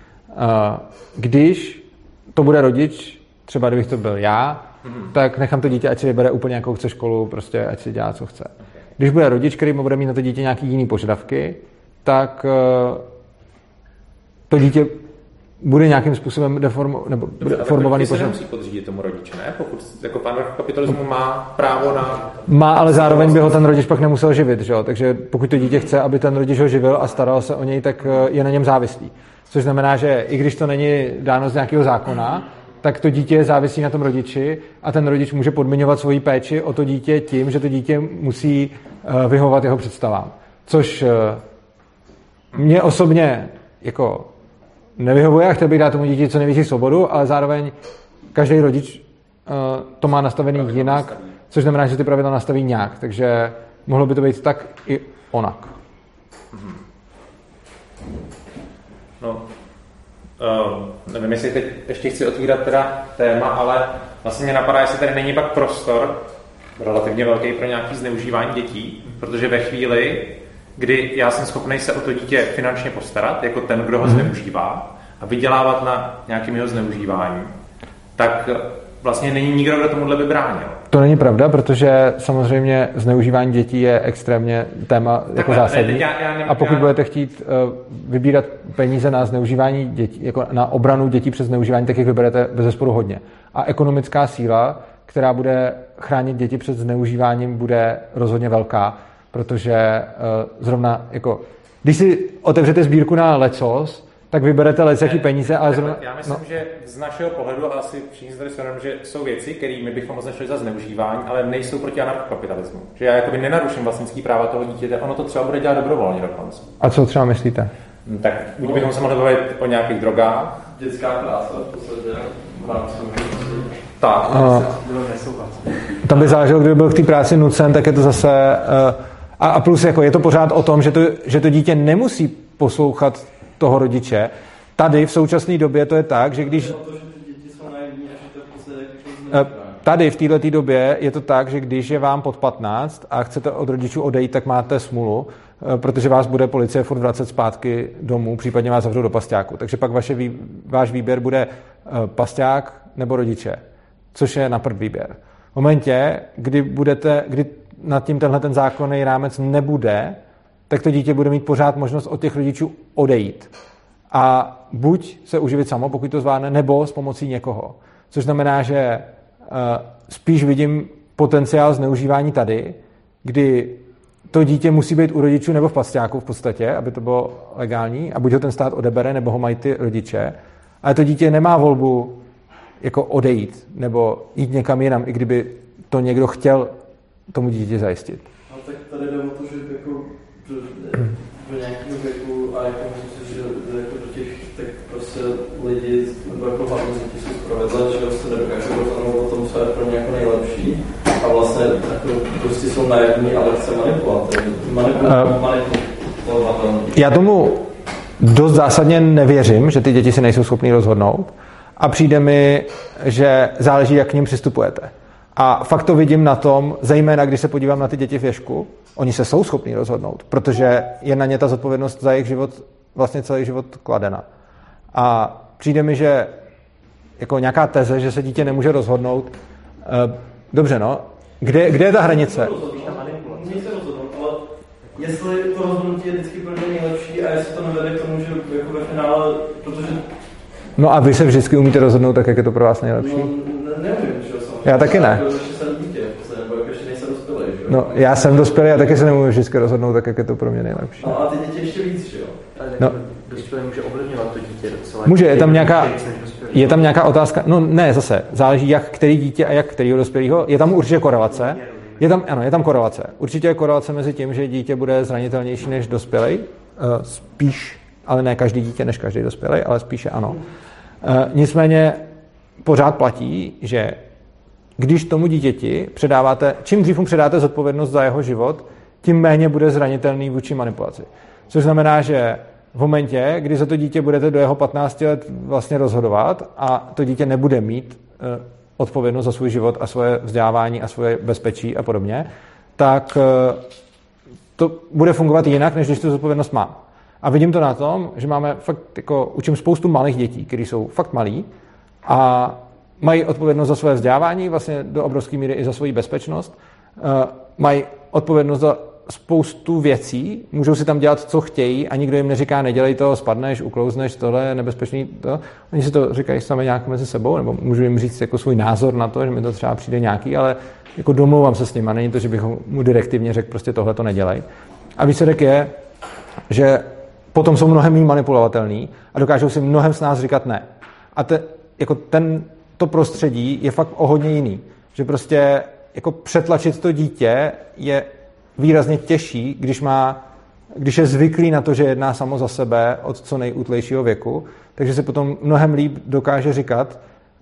Když to bude rodič, třeba kdybych to byl já, tak nechám to dítě, ať si vybere úplně jakou chce školu, prostě ať si dělá, co chce. Když bude rodič, který bude mít na to dítě nějaký jiný požadavky, tak to dítě bude nějakým způsobem formovaný požadavky. Nemusí podřídit tomu rodiči, ne? Pokud jako pan kapitalismu má právo na... Má, ale zároveň by ho ten rodič pak nemusel živit, že jo? Takže pokud to dítě chce, aby ten rodič ho živil a staral se o něj, tak je na něm závislý. Což znamená, že i když to není dáno z nějakého zákona, tak to dítě závisí na tom rodiči a ten rodič může podmiňovat svoji péči o to dítě tím, že to dítě musí vyhovovat jeho představám. Což mě osobně jako nevyhovuje a chtěl bych dát tomu dítě co největší svobodu, ale zároveň každý rodič to má nastavený jinak, což znamená, že ty pravidla nastaví nějak. Takže mohlo by to být tak i onak. No, nevím, jestli teď ještě chci otvírat teda téma, ale vlastně mě napadá, jestli tady není pak prostor relativně velký pro nějaké zneužívání dětí, protože ve chvíli, kdy já jsem schopný se o to dítě finančně postarat, jako ten, kdo ho zneužívá, a vydělávat na nějakým jeho zneužívání, tak vlastně není nikdo, kdo tomuhle by bránil. To není pravda, protože samozřejmě zneužívání dětí je extrémně téma jako zásadní. A pokud budete chtít vybírat peníze na zneužívání dětí, jako na obranu dětí před zneužívání, tak jich vyberete bezesporu hodně. A ekonomická síla, která bude chránit děti před zneužíváním, bude rozhodně velká, protože zrovna jako, když si otevřete sbírku na lecos, tak vyberete jaký peníze, ale zrovna... Já myslím, že z našeho pohledu, ale asi všichni tady shodneme, že jsou věci, kterými bychom označili za zneužívání, ale nejsou proti anarchokapitalismu. Že já jakoby nenaruším vlastnický práva toho dítěte, ono to třeba bude dělat dobrovolně dokonce. A co třeba myslíte? Tak buď bychom se mohli bavit o nějakých drogách. Dětská práce v podstatě v rámci tak. Tam by záleželo, kdyby byl k té práci nucen, tak je to zase... A plus jako je to pořád o tom, že to dítě nemusí poslouchat toho rodiče. Tady v současné době to je tak, že když... Tady v této době je to tak, že když je vám pod 15 a chcete od rodičů odejít, tak máte smůlu, protože vás bude policie furt vracet zpátky domů, případně vás zavřou do pasťáku. Takže pak váš výběr bude pasťák nebo rodiče, což je na prd výběr. V momentě, kdy nad tím tenhle ten zákonný rámec nebude, tak to dítě bude mít pořád možnost od těch rodičů odejít. A buď se uživit samo, pokud to zvládne, nebo s pomocí někoho. Což znamená, že spíš vidím potenciál zneužívání tady, kdy to dítě musí být u rodičů nebo v pasťáku v podstatě, aby to bylo legální, a buď ho ten stát odebere, nebo ho mají ty rodiče. Ale to dítě nemá volbu jako odejít, nebo jít někam jinam, i kdyby to někdo chtěl tomu dítě zajistit. No tak tady jde o to, že jako do nějakého věku a jako myslím si, že jako do těch tak prostě lidi nebo jako hlavně děti jsou zpravedlé, že se nedokážou rozhodnout o tom, co je pro ně jako nejlepší a vlastně jako prostě jsou naivní a lehce manipulovatelní. Já tomu dost zásadně nevěřím, že ty děti si nejsou schopný rozhodnout a přijde mi, že záleží, jak k ním přistupujete. A fakt to vidím na tom, zejména když se podívám na ty děti v ježku, oni se jsou schopní rozhodnout, protože je na ně ta zodpovědnost za jejich život vlastně celý život kladena. A přijde mi, že jako nějaká teze, že se dítě nemůže rozhodnout, dobře no, kde je ta hranice? Může se rozhodnout, ale jestli to rozhodnutí je vždycky pro ně nejlepší a jestli to nevede k tomu, že jako ve finále, protože... No a vy se vždycky umíte rozhodnout tak, jak je to pro vás nejlepší? No, nevím, že jo, já taky ne. No, já jsem dospělý a taky se nemůžu vždycky rozhodnout tak, jak je to pro mě nejlepší. No a ty děti ještě víc, že jo? No. Dospělý může ovlivňovat to dítě docela. Může, je tam nějaká otázka, no ne, zase, záleží jak který dítě a jak kterýho dospělého. Je tam určitě korelace. Je tam korelace. Určitě je korelace mezi tím, že dítě bude zranitelnější než dospělý. Spíš, ale ne každý dítě než každý dospělý, ale spíše ano. Nicméně pořád platí, že když tomu dítěti předáváte, čím dřív mu předáte zodpovědnost za jeho život, tím méně bude zranitelný vůči manipulaci. Což znamená, že v momentě, kdy za to dítě budete do jeho 15 let vlastně rozhodovat a to dítě nebude mít odpovědnost za svůj život a svoje vzdělávání a svoje bezpečí a podobně, tak to bude fungovat jinak, než když tu zodpovědnost má. A vidím to na tom, že máme fakt, jako učím spoustu malých dětí, kteří jsou fakt malí a mají odpovědnost za své vzdělávání, vlastně do obrovské míry i za svoji bezpečnost, mají odpovědnost za spoustu věcí, můžou si tam dělat, co chtějí a nikdo jim neříká, nedělej to, spadneš, uklouzneš, tohle je nebezpečný. To. Oni si to říkají sami nějak mezi sebou, nebo můžu jim říct jako svůj názor na to, že mi to třeba přijde nějaký, ale jako domlouvám se s ním a není to, že bych mu direktivně řekl, prostě tohle to nedělej. A výsledek je, že potom jsou mnohem méně manipulovatelný a dokážou si mnohem s nás říkat ne. A to prostředí je fakt o hodně jiný. Že prostě jako přetlačit to dítě je výrazně těžší, když je zvyklý na to, že jedná samo za sebe od co nejútlejšího věku, takže se potom mnohem líp dokáže říkat,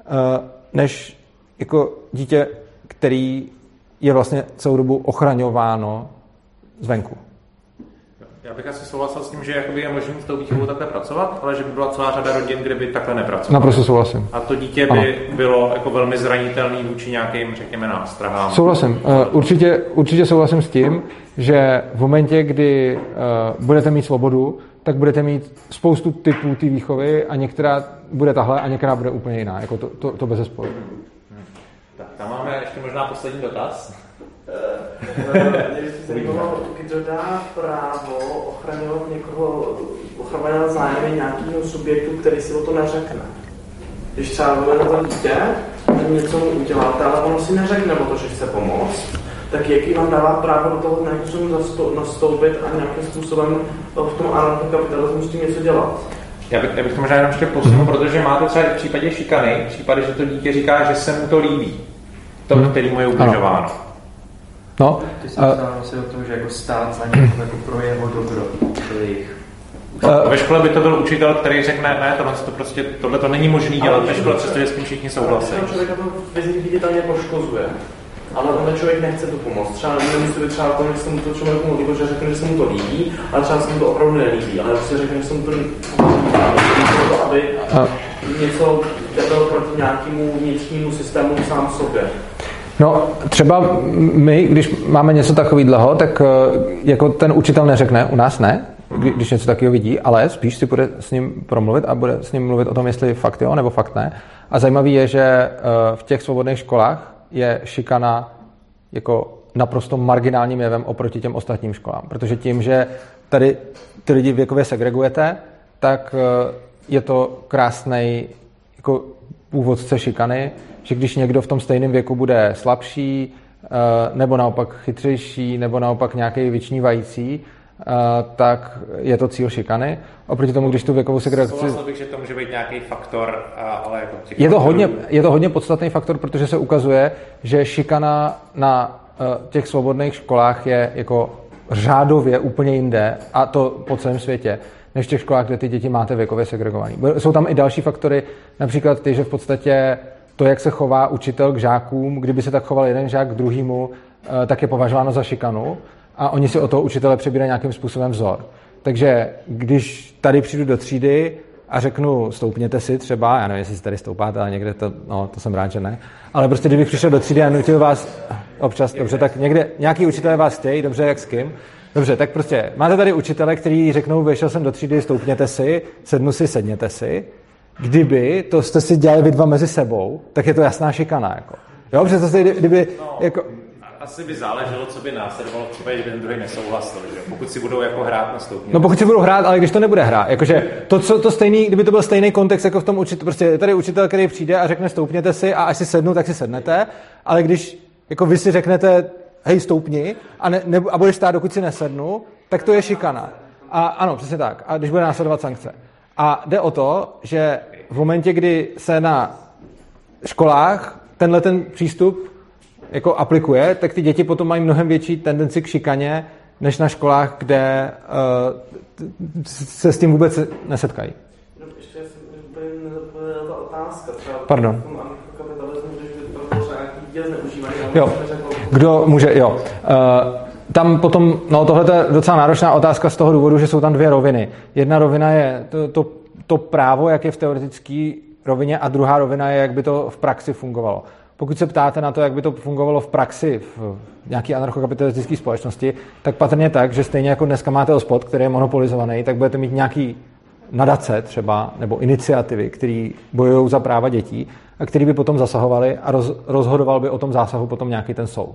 než jako dítě, který je vlastně celou dobu ochraňováno zvenku. Já bych asi souhlasil s tím, že je možné s tou výchovou takhle pracovat, ale že by byla celá řada rodin, kde by takhle nepracovala. Naprosto souhlasím. A to dítě by bylo jako velmi zranitelné vůči nějakým, řekněme, nástrahám. Souhlasím. Určitě souhlasím s tím, že v momentě, kdy budete mít svobodu, tak budete mít spoustu typů té výchovy a některá bude tahle a některá bude úplně jiná. Jako to bez zesporu. Tak tam máme ještě možná poslední dotaz. Mě se zajímalo, kdo dá právo ochraňovat někoho, ochraňovat zájmy nějakého subjektu, který si o to neřekne. Když třeba bude to dítě, tak něco mu uděláte, ale ono si neřekne o to, že chce pomoct, tak jaký vám dává právo do toho nějakým způsobem nastoupit a nějakým způsobem v tom anarchokapitalismu s tím něco dělat? Já bych to možná jenom ještě posunul, protože máte třeba v případě šikany, v případě, že to dítě říká, že se mu to líbí, to, který mu je ubližováno. No, ty jsi znal o tom, že jako stát za ně jako pro jeho dobro, pro jejich. Ve škole by to byl učitel, který řekne, ne, tohle to není možné dělat ve škole, přestože s tím všichni souhlasí. Člověka to viditelně poškozuje, ale ten člověk nechce tu pomoct. Třeba nemusí být třeba to, že se mu to člověku líbí, že řekne, že se mu to líbí, ale třeba se mu to opravdu nelíbí, ale prostě řekne, že se mu to líbí, aby něco bylo proti nějakému vnitřnímu systému sám sobě. No, třeba my, když máme něco takového, tak jako ten učitel neřekne, u nás ne, když něco takového vidí, ale spíš si bude s ním promluvit a bude s ním mluvit o tom, jestli fakt jo, nebo fakt ne. A zajímavé je, že v těch svobodných školách je šikana jako naprosto marginálním jevem oproti těm ostatním školám. Protože tím, že tady ty lidi věkově segregujete, tak je to krásnej jako původce šikany, že když někdo v tom stejném věku bude slabší, nebo naopak chytřejší, nebo naopak nějaký vyčnívající, tak je to cíl šikany. Oproti tomu, když tu věkovou segregaci... Souhlasil bych, že to může být nějaký faktor, ale jako je to hodně podstatný faktor, protože se ukazuje, že šikana na těch svobodných školách je jako řádově úplně jinde, a to po celém světě, než v těch školách, kde ty děti máte věkově segregovaný. Jsou tam i další faktory, například ty, že v podstatě to, jak se chová učitel k žákům, kdyby se tak choval jeden žák k druhému, tak je považováno za šikanu a oni si o toho učitele přebírají nějakým způsobem vzor. Takže když tady přijdu do třídy a řeknu, stoupněte si třeba, já nevím, jestli si tady stoupáte, ale někde to jsem rád, že ne, ale prostě kdybych přišel do třídy a nutil vás občas, dobře, tak někde nějaký učitelé vás chtějí, dobře, jak s kým? Dobře, tak prostě máte tady učitele, kteří řeknou, vešel jsem do třídy, stoupněte si, sednu si, sedněte si. Kdyby to jste si dělali vy dva mezi sebou, tak je to jasná šikana. Jako. Jo, protože to si, kdyby... jako... Asi by záleželo, co by následovalo v případě, že by ten druhý nesouhlasil, že? Pokud si budou jako hrát na stoupně. No pokud si budou hrát, ale když to nebude hrát. Jakože to stejný, kdyby to byl stejný kontext jako v tom učitel, prostě je tady učitel, který přijde a řekne stoupněte si a až si sednu, tak si sednete, ale když jako vy si řeknete hej, stoupni a budeš stát, dokud si nesednu, tak to je šikana. A ano, přesně tak. A když bude následovat sankce. A jde o to, že v momentě, kdy se na školách tenhle ten přístup jako aplikuje, tak ty děti potom mají mnohem větší tendenci k šikaně, než na školách, kde se s tím vůbec nesetkají. No, ještě jsem úplně nezodpověděl ta otázka. Pardon. Kapitalismu, když by to bylo nějaký díl zneužívaný, jo. Kdo může, jo. tam potom, no tohle je docela náročná otázka z toho důvodu, že jsou tam dvě roviny. Jedna rovina je to právo, jak je v teoretické rovině, a druhá rovina je, jak by to v praxi fungovalo. Pokud se ptáte na to, jak by to fungovalo v praxi v nějaké anarchokapitalistické společnosti, tak patrně tak, že stejně jako dneska máte OSPOD, který je monopolizovaný, tak budete mít nějaký nadace třeba, nebo iniciativy, které bojují za práva dětí a které by potom zasahovaly a rozhodoval by o tom zásahu potom nějaký ten soud.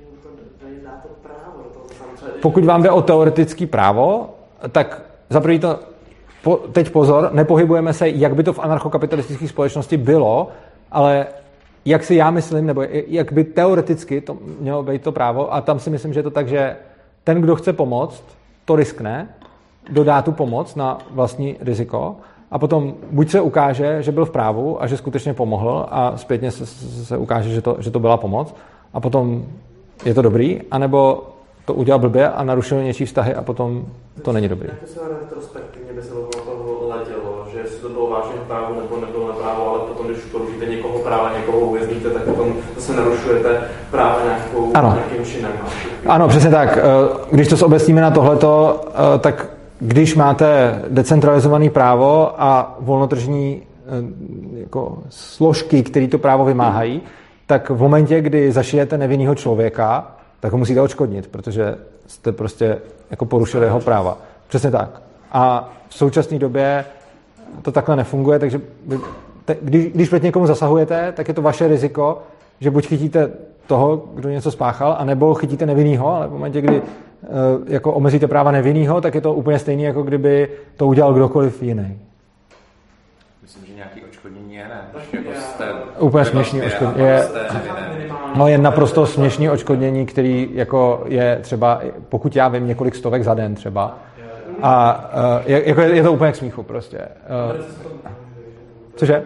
Pokud vám jde o teoretické právo, tak za první to, teď pozor, nepohybujeme se, jak by to v anarchokapitalistické společnosti bylo, ale jak si já myslím, nebo jak by teoreticky to mělo být to právo, a tam si myslím, že je to tak, že ten, kdo chce pomoct, to riskne, dodá tu pomoc na vlastní riziko a potom buď se ukáže, že byl v právu a že skutečně pomohl a zpětně se ukáže, že to byla pomoc a potom je to dobrý, anebo to udělal blbě a narušil něčí vztahy a potom to není dobrý. Jak se retrospektivně by se do toho letělo, že jestli to bylo vážně právo nebo nebylo neprávo, ale potom, když porušíte někoho práva, někoho uvězníte, tak potom zase narušujete práva nějakým činem. Ano, přesně tak. Když to zobecníme na tohleto, tak když máte decentralizované právo a volnotržní jako složky, které to právo vymáhají, tak v momentě, kdy zašijete nevinného člověka, tak ho musíte odškodnit, protože jste prostě jako porušili jeho práva. Přesně tak. A v současné době to takhle nefunguje, takže když proti někomu zasahujete, tak je to vaše riziko, že buď chytíte toho, kdo něco spáchal, anebo chytíte nevinnýho, ale v momentě, kdy jako omezíte práva nevinnýho, tak je to úplně stejné, jako kdyby to udělal kdokoliv jiný. Myslím, že nějaký odškodnění je, ne? Jako úplně směšný odškodnění. Je naprosto směšný odškodnění, který jako je třeba, pokud já vím, několik stovek za den třeba. A je to úplně k smíchu prostě. Cože?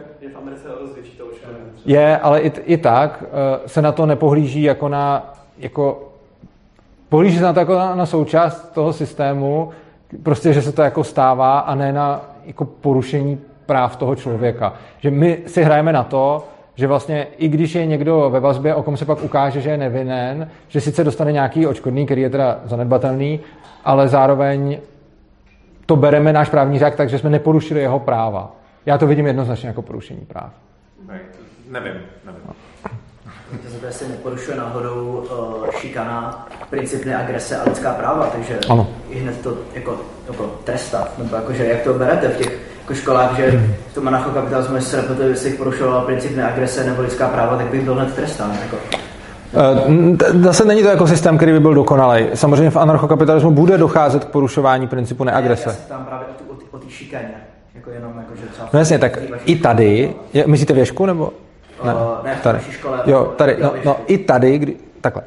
Je, ale i tak se na to nepohlíží jako na pohlíží se na to jako na součást toho systému, prostě, že se to jako stává a ne na jako porušení práv toho člověka. Že my si hrajeme na to, že vlastně i když je někdo ve vazbě, o kom se pak ukáže, že je nevinen, že sice dostane nějaký odškodný, který je teda zanedbatelný, ale zároveň to bereme náš právní řád tak, že jsme neporušili jeho práva. Já to vidím jednoznačně jako porušení práv. Nevím. Zde se neporušuje náhodou šikana, princip neagrese a lidská práva, takže ano. I hned to jako trestat, nebo jakože jak to berete v těch jako školách, že v tom anarchokapitalismu se repetuje, jestli jich porušoval princip neagrese nebo lidská práva, tak bych byl hned trestán. Jako. Zase není to jako systém, který by byl dokonalý. Samozřejmě v anarchokapitalismu bude docházet k porušování principu neagrese. Já se tam právě o té šikaně. Jako jenom, jako, že třeba no jasně, tak i tady, myslíte věšku, nebo? Ne, tady. V škole. Jo, tady, no i tady, takhle.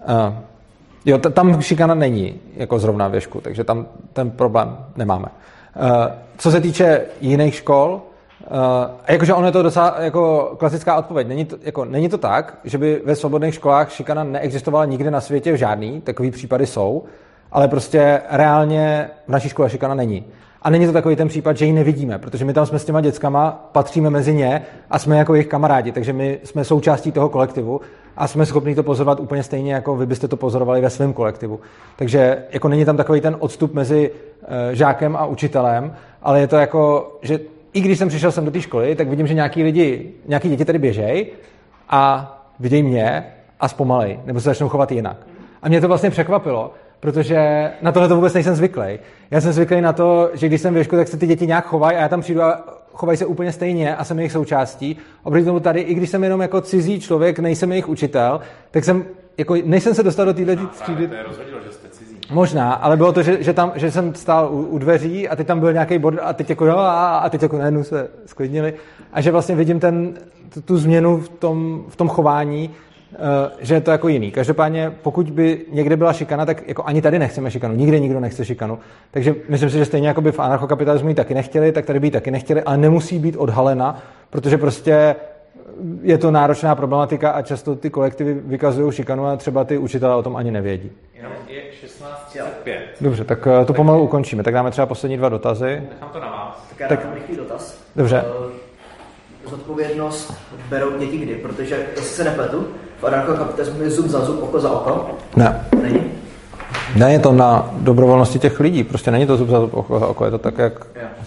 Jo, tam šikana není jako zrovna věšku, takže tam ten problém nemáme. Co se týče jiných škol, jakože ono je to docela jako klasická odpověď. Není to tak, že by ve svobodných školách šikana neexistovala nikde na světě, žádný, takový případy jsou, ale prostě reálně v naší škole šikana není. A není to takový ten případ, že ji nevidíme, protože my tam jsme s těma dětskama, patříme mezi ně a jsme jako jejich kamarádi, takže my jsme součástí toho kolektivu a jsme schopni to pozorovat úplně stejně, jako vy byste to pozorovali ve svém kolektivu. Takže jako není tam takový ten odstup mezi žákem a učitelem, ale je to jako, že i když jsem přišel sem do té školy, tak vidím, že nějaký děti tady běžej a vidějí mě a zpomalej, nebo se začnou chovat jinak. A mě to vlastně překvapilo, protože na tohle to vůbec nejsem zvyklý. Já jsem zvyklý na to, že když jsem v věšku, tak se ty děti nějak chovají a já tam přijdu a chovají se úplně stejně a jsem jejich součástí. Oproti tomu tady, i když jsem jenom jako cizí člověk, nejsem jejich učitel, tak jsem jako nejsem se dostal do této třídy. To je rozhodilo, že jste cizí. Možná, ale bylo to, že jsem stál u dveří a teď tam byl nějaký bod a teď jako a teď jako najednou se sklidnili a že vlastně vidím tu změnu v tom chování, že je to jako jiný. Každopádně, pokud by někde byla šikana, tak jako ani tady nechceme šikanu. Nikde nikdo nechce šikanu. Takže myslím si, že stejně jako by v anarchokapitalismu ji taky nechtěli, tak tady by ji taky nechtěli, ale nemusí být odhalena, protože prostě je to náročná problematika a často ty kolektivy vykazují šikanu a třeba ty učitelé o tom ani nevědí. Jenom je 16:05. Dobře, tak to pomalu ukončíme. Tak dáme třeba poslední 2 dotazy. Nechám to na vás. Tak já dám rychlý dotaz. Dobře. Zodpovědnost berou děti kdy? Protože, jestli se nepletu, v anarchokapitalismu je zub za zub, oko za oko. Ne. Není? Ne, je to na dobrovolnosti těch lidí, prostě není to zub za zub, oko za oko, je to tak, jak...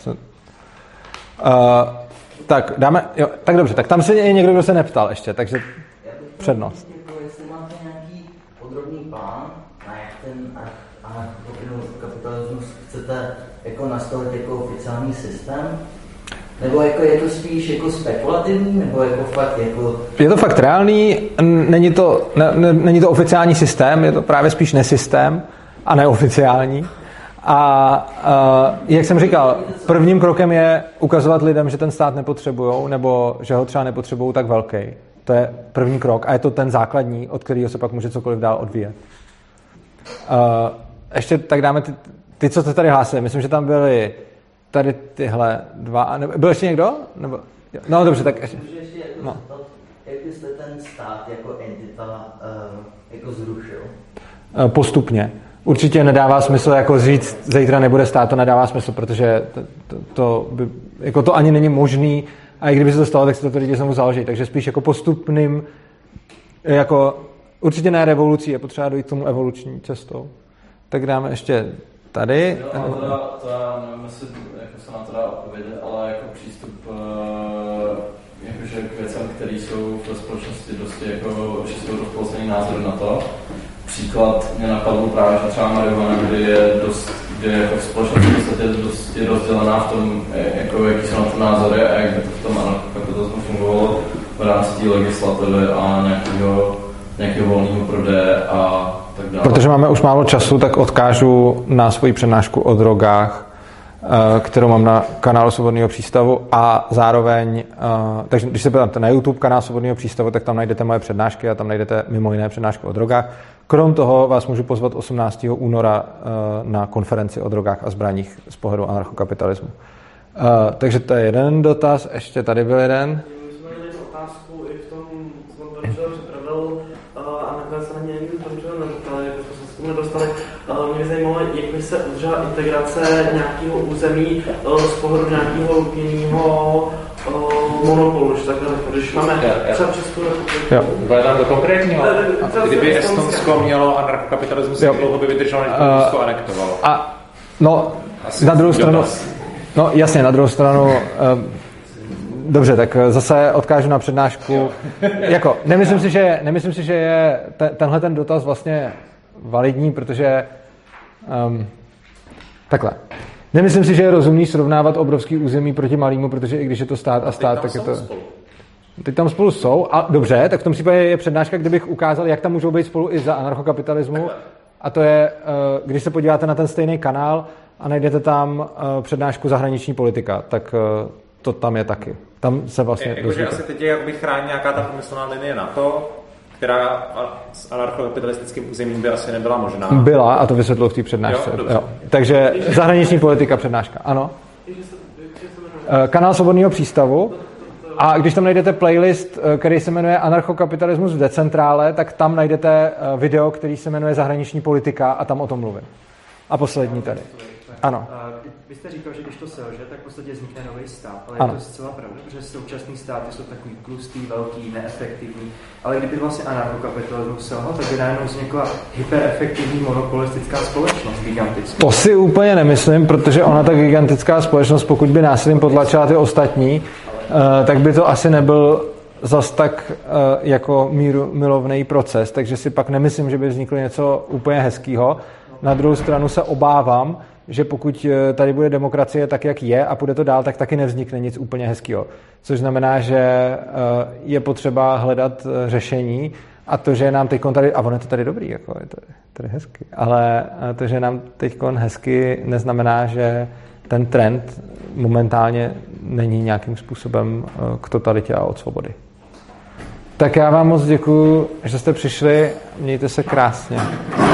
Tak, dáme, jo, tak dobře, tak tam se je někdo, kdo se neptal ještě, takže přednost. Jestli máte nějaký podrobný plán, na jak ten anarchokapitalismus chcete jako nastavit jako oficiální systém, nebo jako je to spíš jako spekulativní, nebo jako fakt jako... Je to fakt reálný, není to oficiální systém, je to právě spíš nesystém a neoficiální. A jak jsem říkal, prvním krokem je ukazovat lidem, že ten stát nepotřebujou, nebo že ho třeba nepotřebují tak velký. To je první krok a je to ten základní, od kterého se pak může cokoliv dál odvíjet. Ještě tak dáme ty, co jste tady hlásili. Myslím, že tam byly tady tyhle dva. Byl ještě někdo? Nebo, no dobře, tak ještě. No. Jak byste ten stát jako entita jako zrušil? Postupně. Určitě nedává smysl jako říct, zítra nebude stát, to nedává smysl, protože to ani není možný a i kdyby se to stalo, tak se to lidi znovu založí. Takže spíš jako postupným, jako určitě ne revolucí, je potřeba dojít k tomu evoluční cestou. Tak dáme ještě tady. To já nevím, jestli jako se na to dá odpovědět, ale jako přístup jakože k věcem, které jsou v společnosti dosti jako čistou rozpolcený názor na to. Příklad mě napadl právě, že třeba marihuana, kdy je jako v společnosti dosti rozdělená v tom, jako, jaký jsou na to názory a jak by to v tom anarchokapitalismu fungovalo v rámci té legislativy a nějakého volného prodeje a tak dále. Protože máme už málo času, tak odkážu na svoji přednášku o drogách, kterou mám na kanálu Svobodného přístavu a zároveň, takže když se podíváte na YouTube kanál Svobodného přístavu, tak tam najdete moje přednášky a tam najdete mimo jiné přednášku o drogách. Krom toho vás můžu pozvat 18. února na konferenci o drogách a zbraních z pohledu anarchokapitalismu. Takže to je jeden dotaz, ještě tady byl jeden. My jsme měli otázku i v tom, co mám to připravil, a nakonec se na ně nikdy to nedostali, protože jsme se k tomu nedostali. Mě by zajímalo, jak by se udržela integrace nějakého území z pohledu nějakého jiného monopolu, že takhle, když máme třeba Českou republiku. Bude tam to konkrétního? Kdyby Estonsko mělo anarchokapitalismus, jak dlouho by vydrželo, než to Rusko anektovalo? Na druhou stranu, no jasně, na druhou stranu, dobře, tak zase odkážu na přednášku. Jako, nemyslím si, že je tenhle ten dotaz vlastně validní, protože takhle. Nemyslím si, že je rozumný srovnávat obrovský území proti malému, protože i když je to stát a stát, tak je to... Teď tam spolu jsou. A dobře, tak v tom případě je přednáška, kde bych ukázal, jak tam můžou být spolu i za anarchokapitalismu. A to je, když se podíváte na ten stejný kanál a najdete tam přednášku zahraniční politika, tak to tam je taky. Tam se vlastně... Jakože asi teď je jakoby chrání nějaká ta průmyslovná linie NATO, která s anarchokapitalistickým územím by asi nebyla možná. Byla a to vysvětlil v té přednášce. Jo. Takže zahraniční politika přednáška, ano. Kanál Svobodného přístavu. A když tam najdete playlist, který se jmenuje Anarchokapitalismus v decentrále, tak tam najdete video, který se jmenuje Zahraniční politika a tam o tom mluvím. A poslední tady. Ano. Vy jste říkal, že když to selže, tak v podstatě vznikne nový stát, ale ano. Je to zcela pravda, protože současný státy jsou takový tlustý, velký, neefektivní, ale kdyby vlastně anarchokapitalismus selhal, tak by najednou vznikla hyperefektivní monopolistická společnost, gigantická. To si úplně nemyslím, protože ona ta gigantická společnost, pokud by násilím potlačila ty ostatní, tak by to asi nebyl zas tak jako milovný proces, takže si pak nemyslím, že by vzniklo něco úplně hezkýho. Na druhou stranu se obávám, že pokud tady bude demokracie tak, jak je a půjde to dál, tak taky nevznikne nic úplně hezkýho. Což znamená, že je potřeba hledat řešení a to, že nám teď tady, a ono je to tady dobrý, jako je to tady hezky, ale to, že nám teď hezky, neznamená, že ten trend momentálně není nějakým způsobem k totalitě a od svobody. Tak já vám moc děkuju, že jste přišli, mějte se krásně.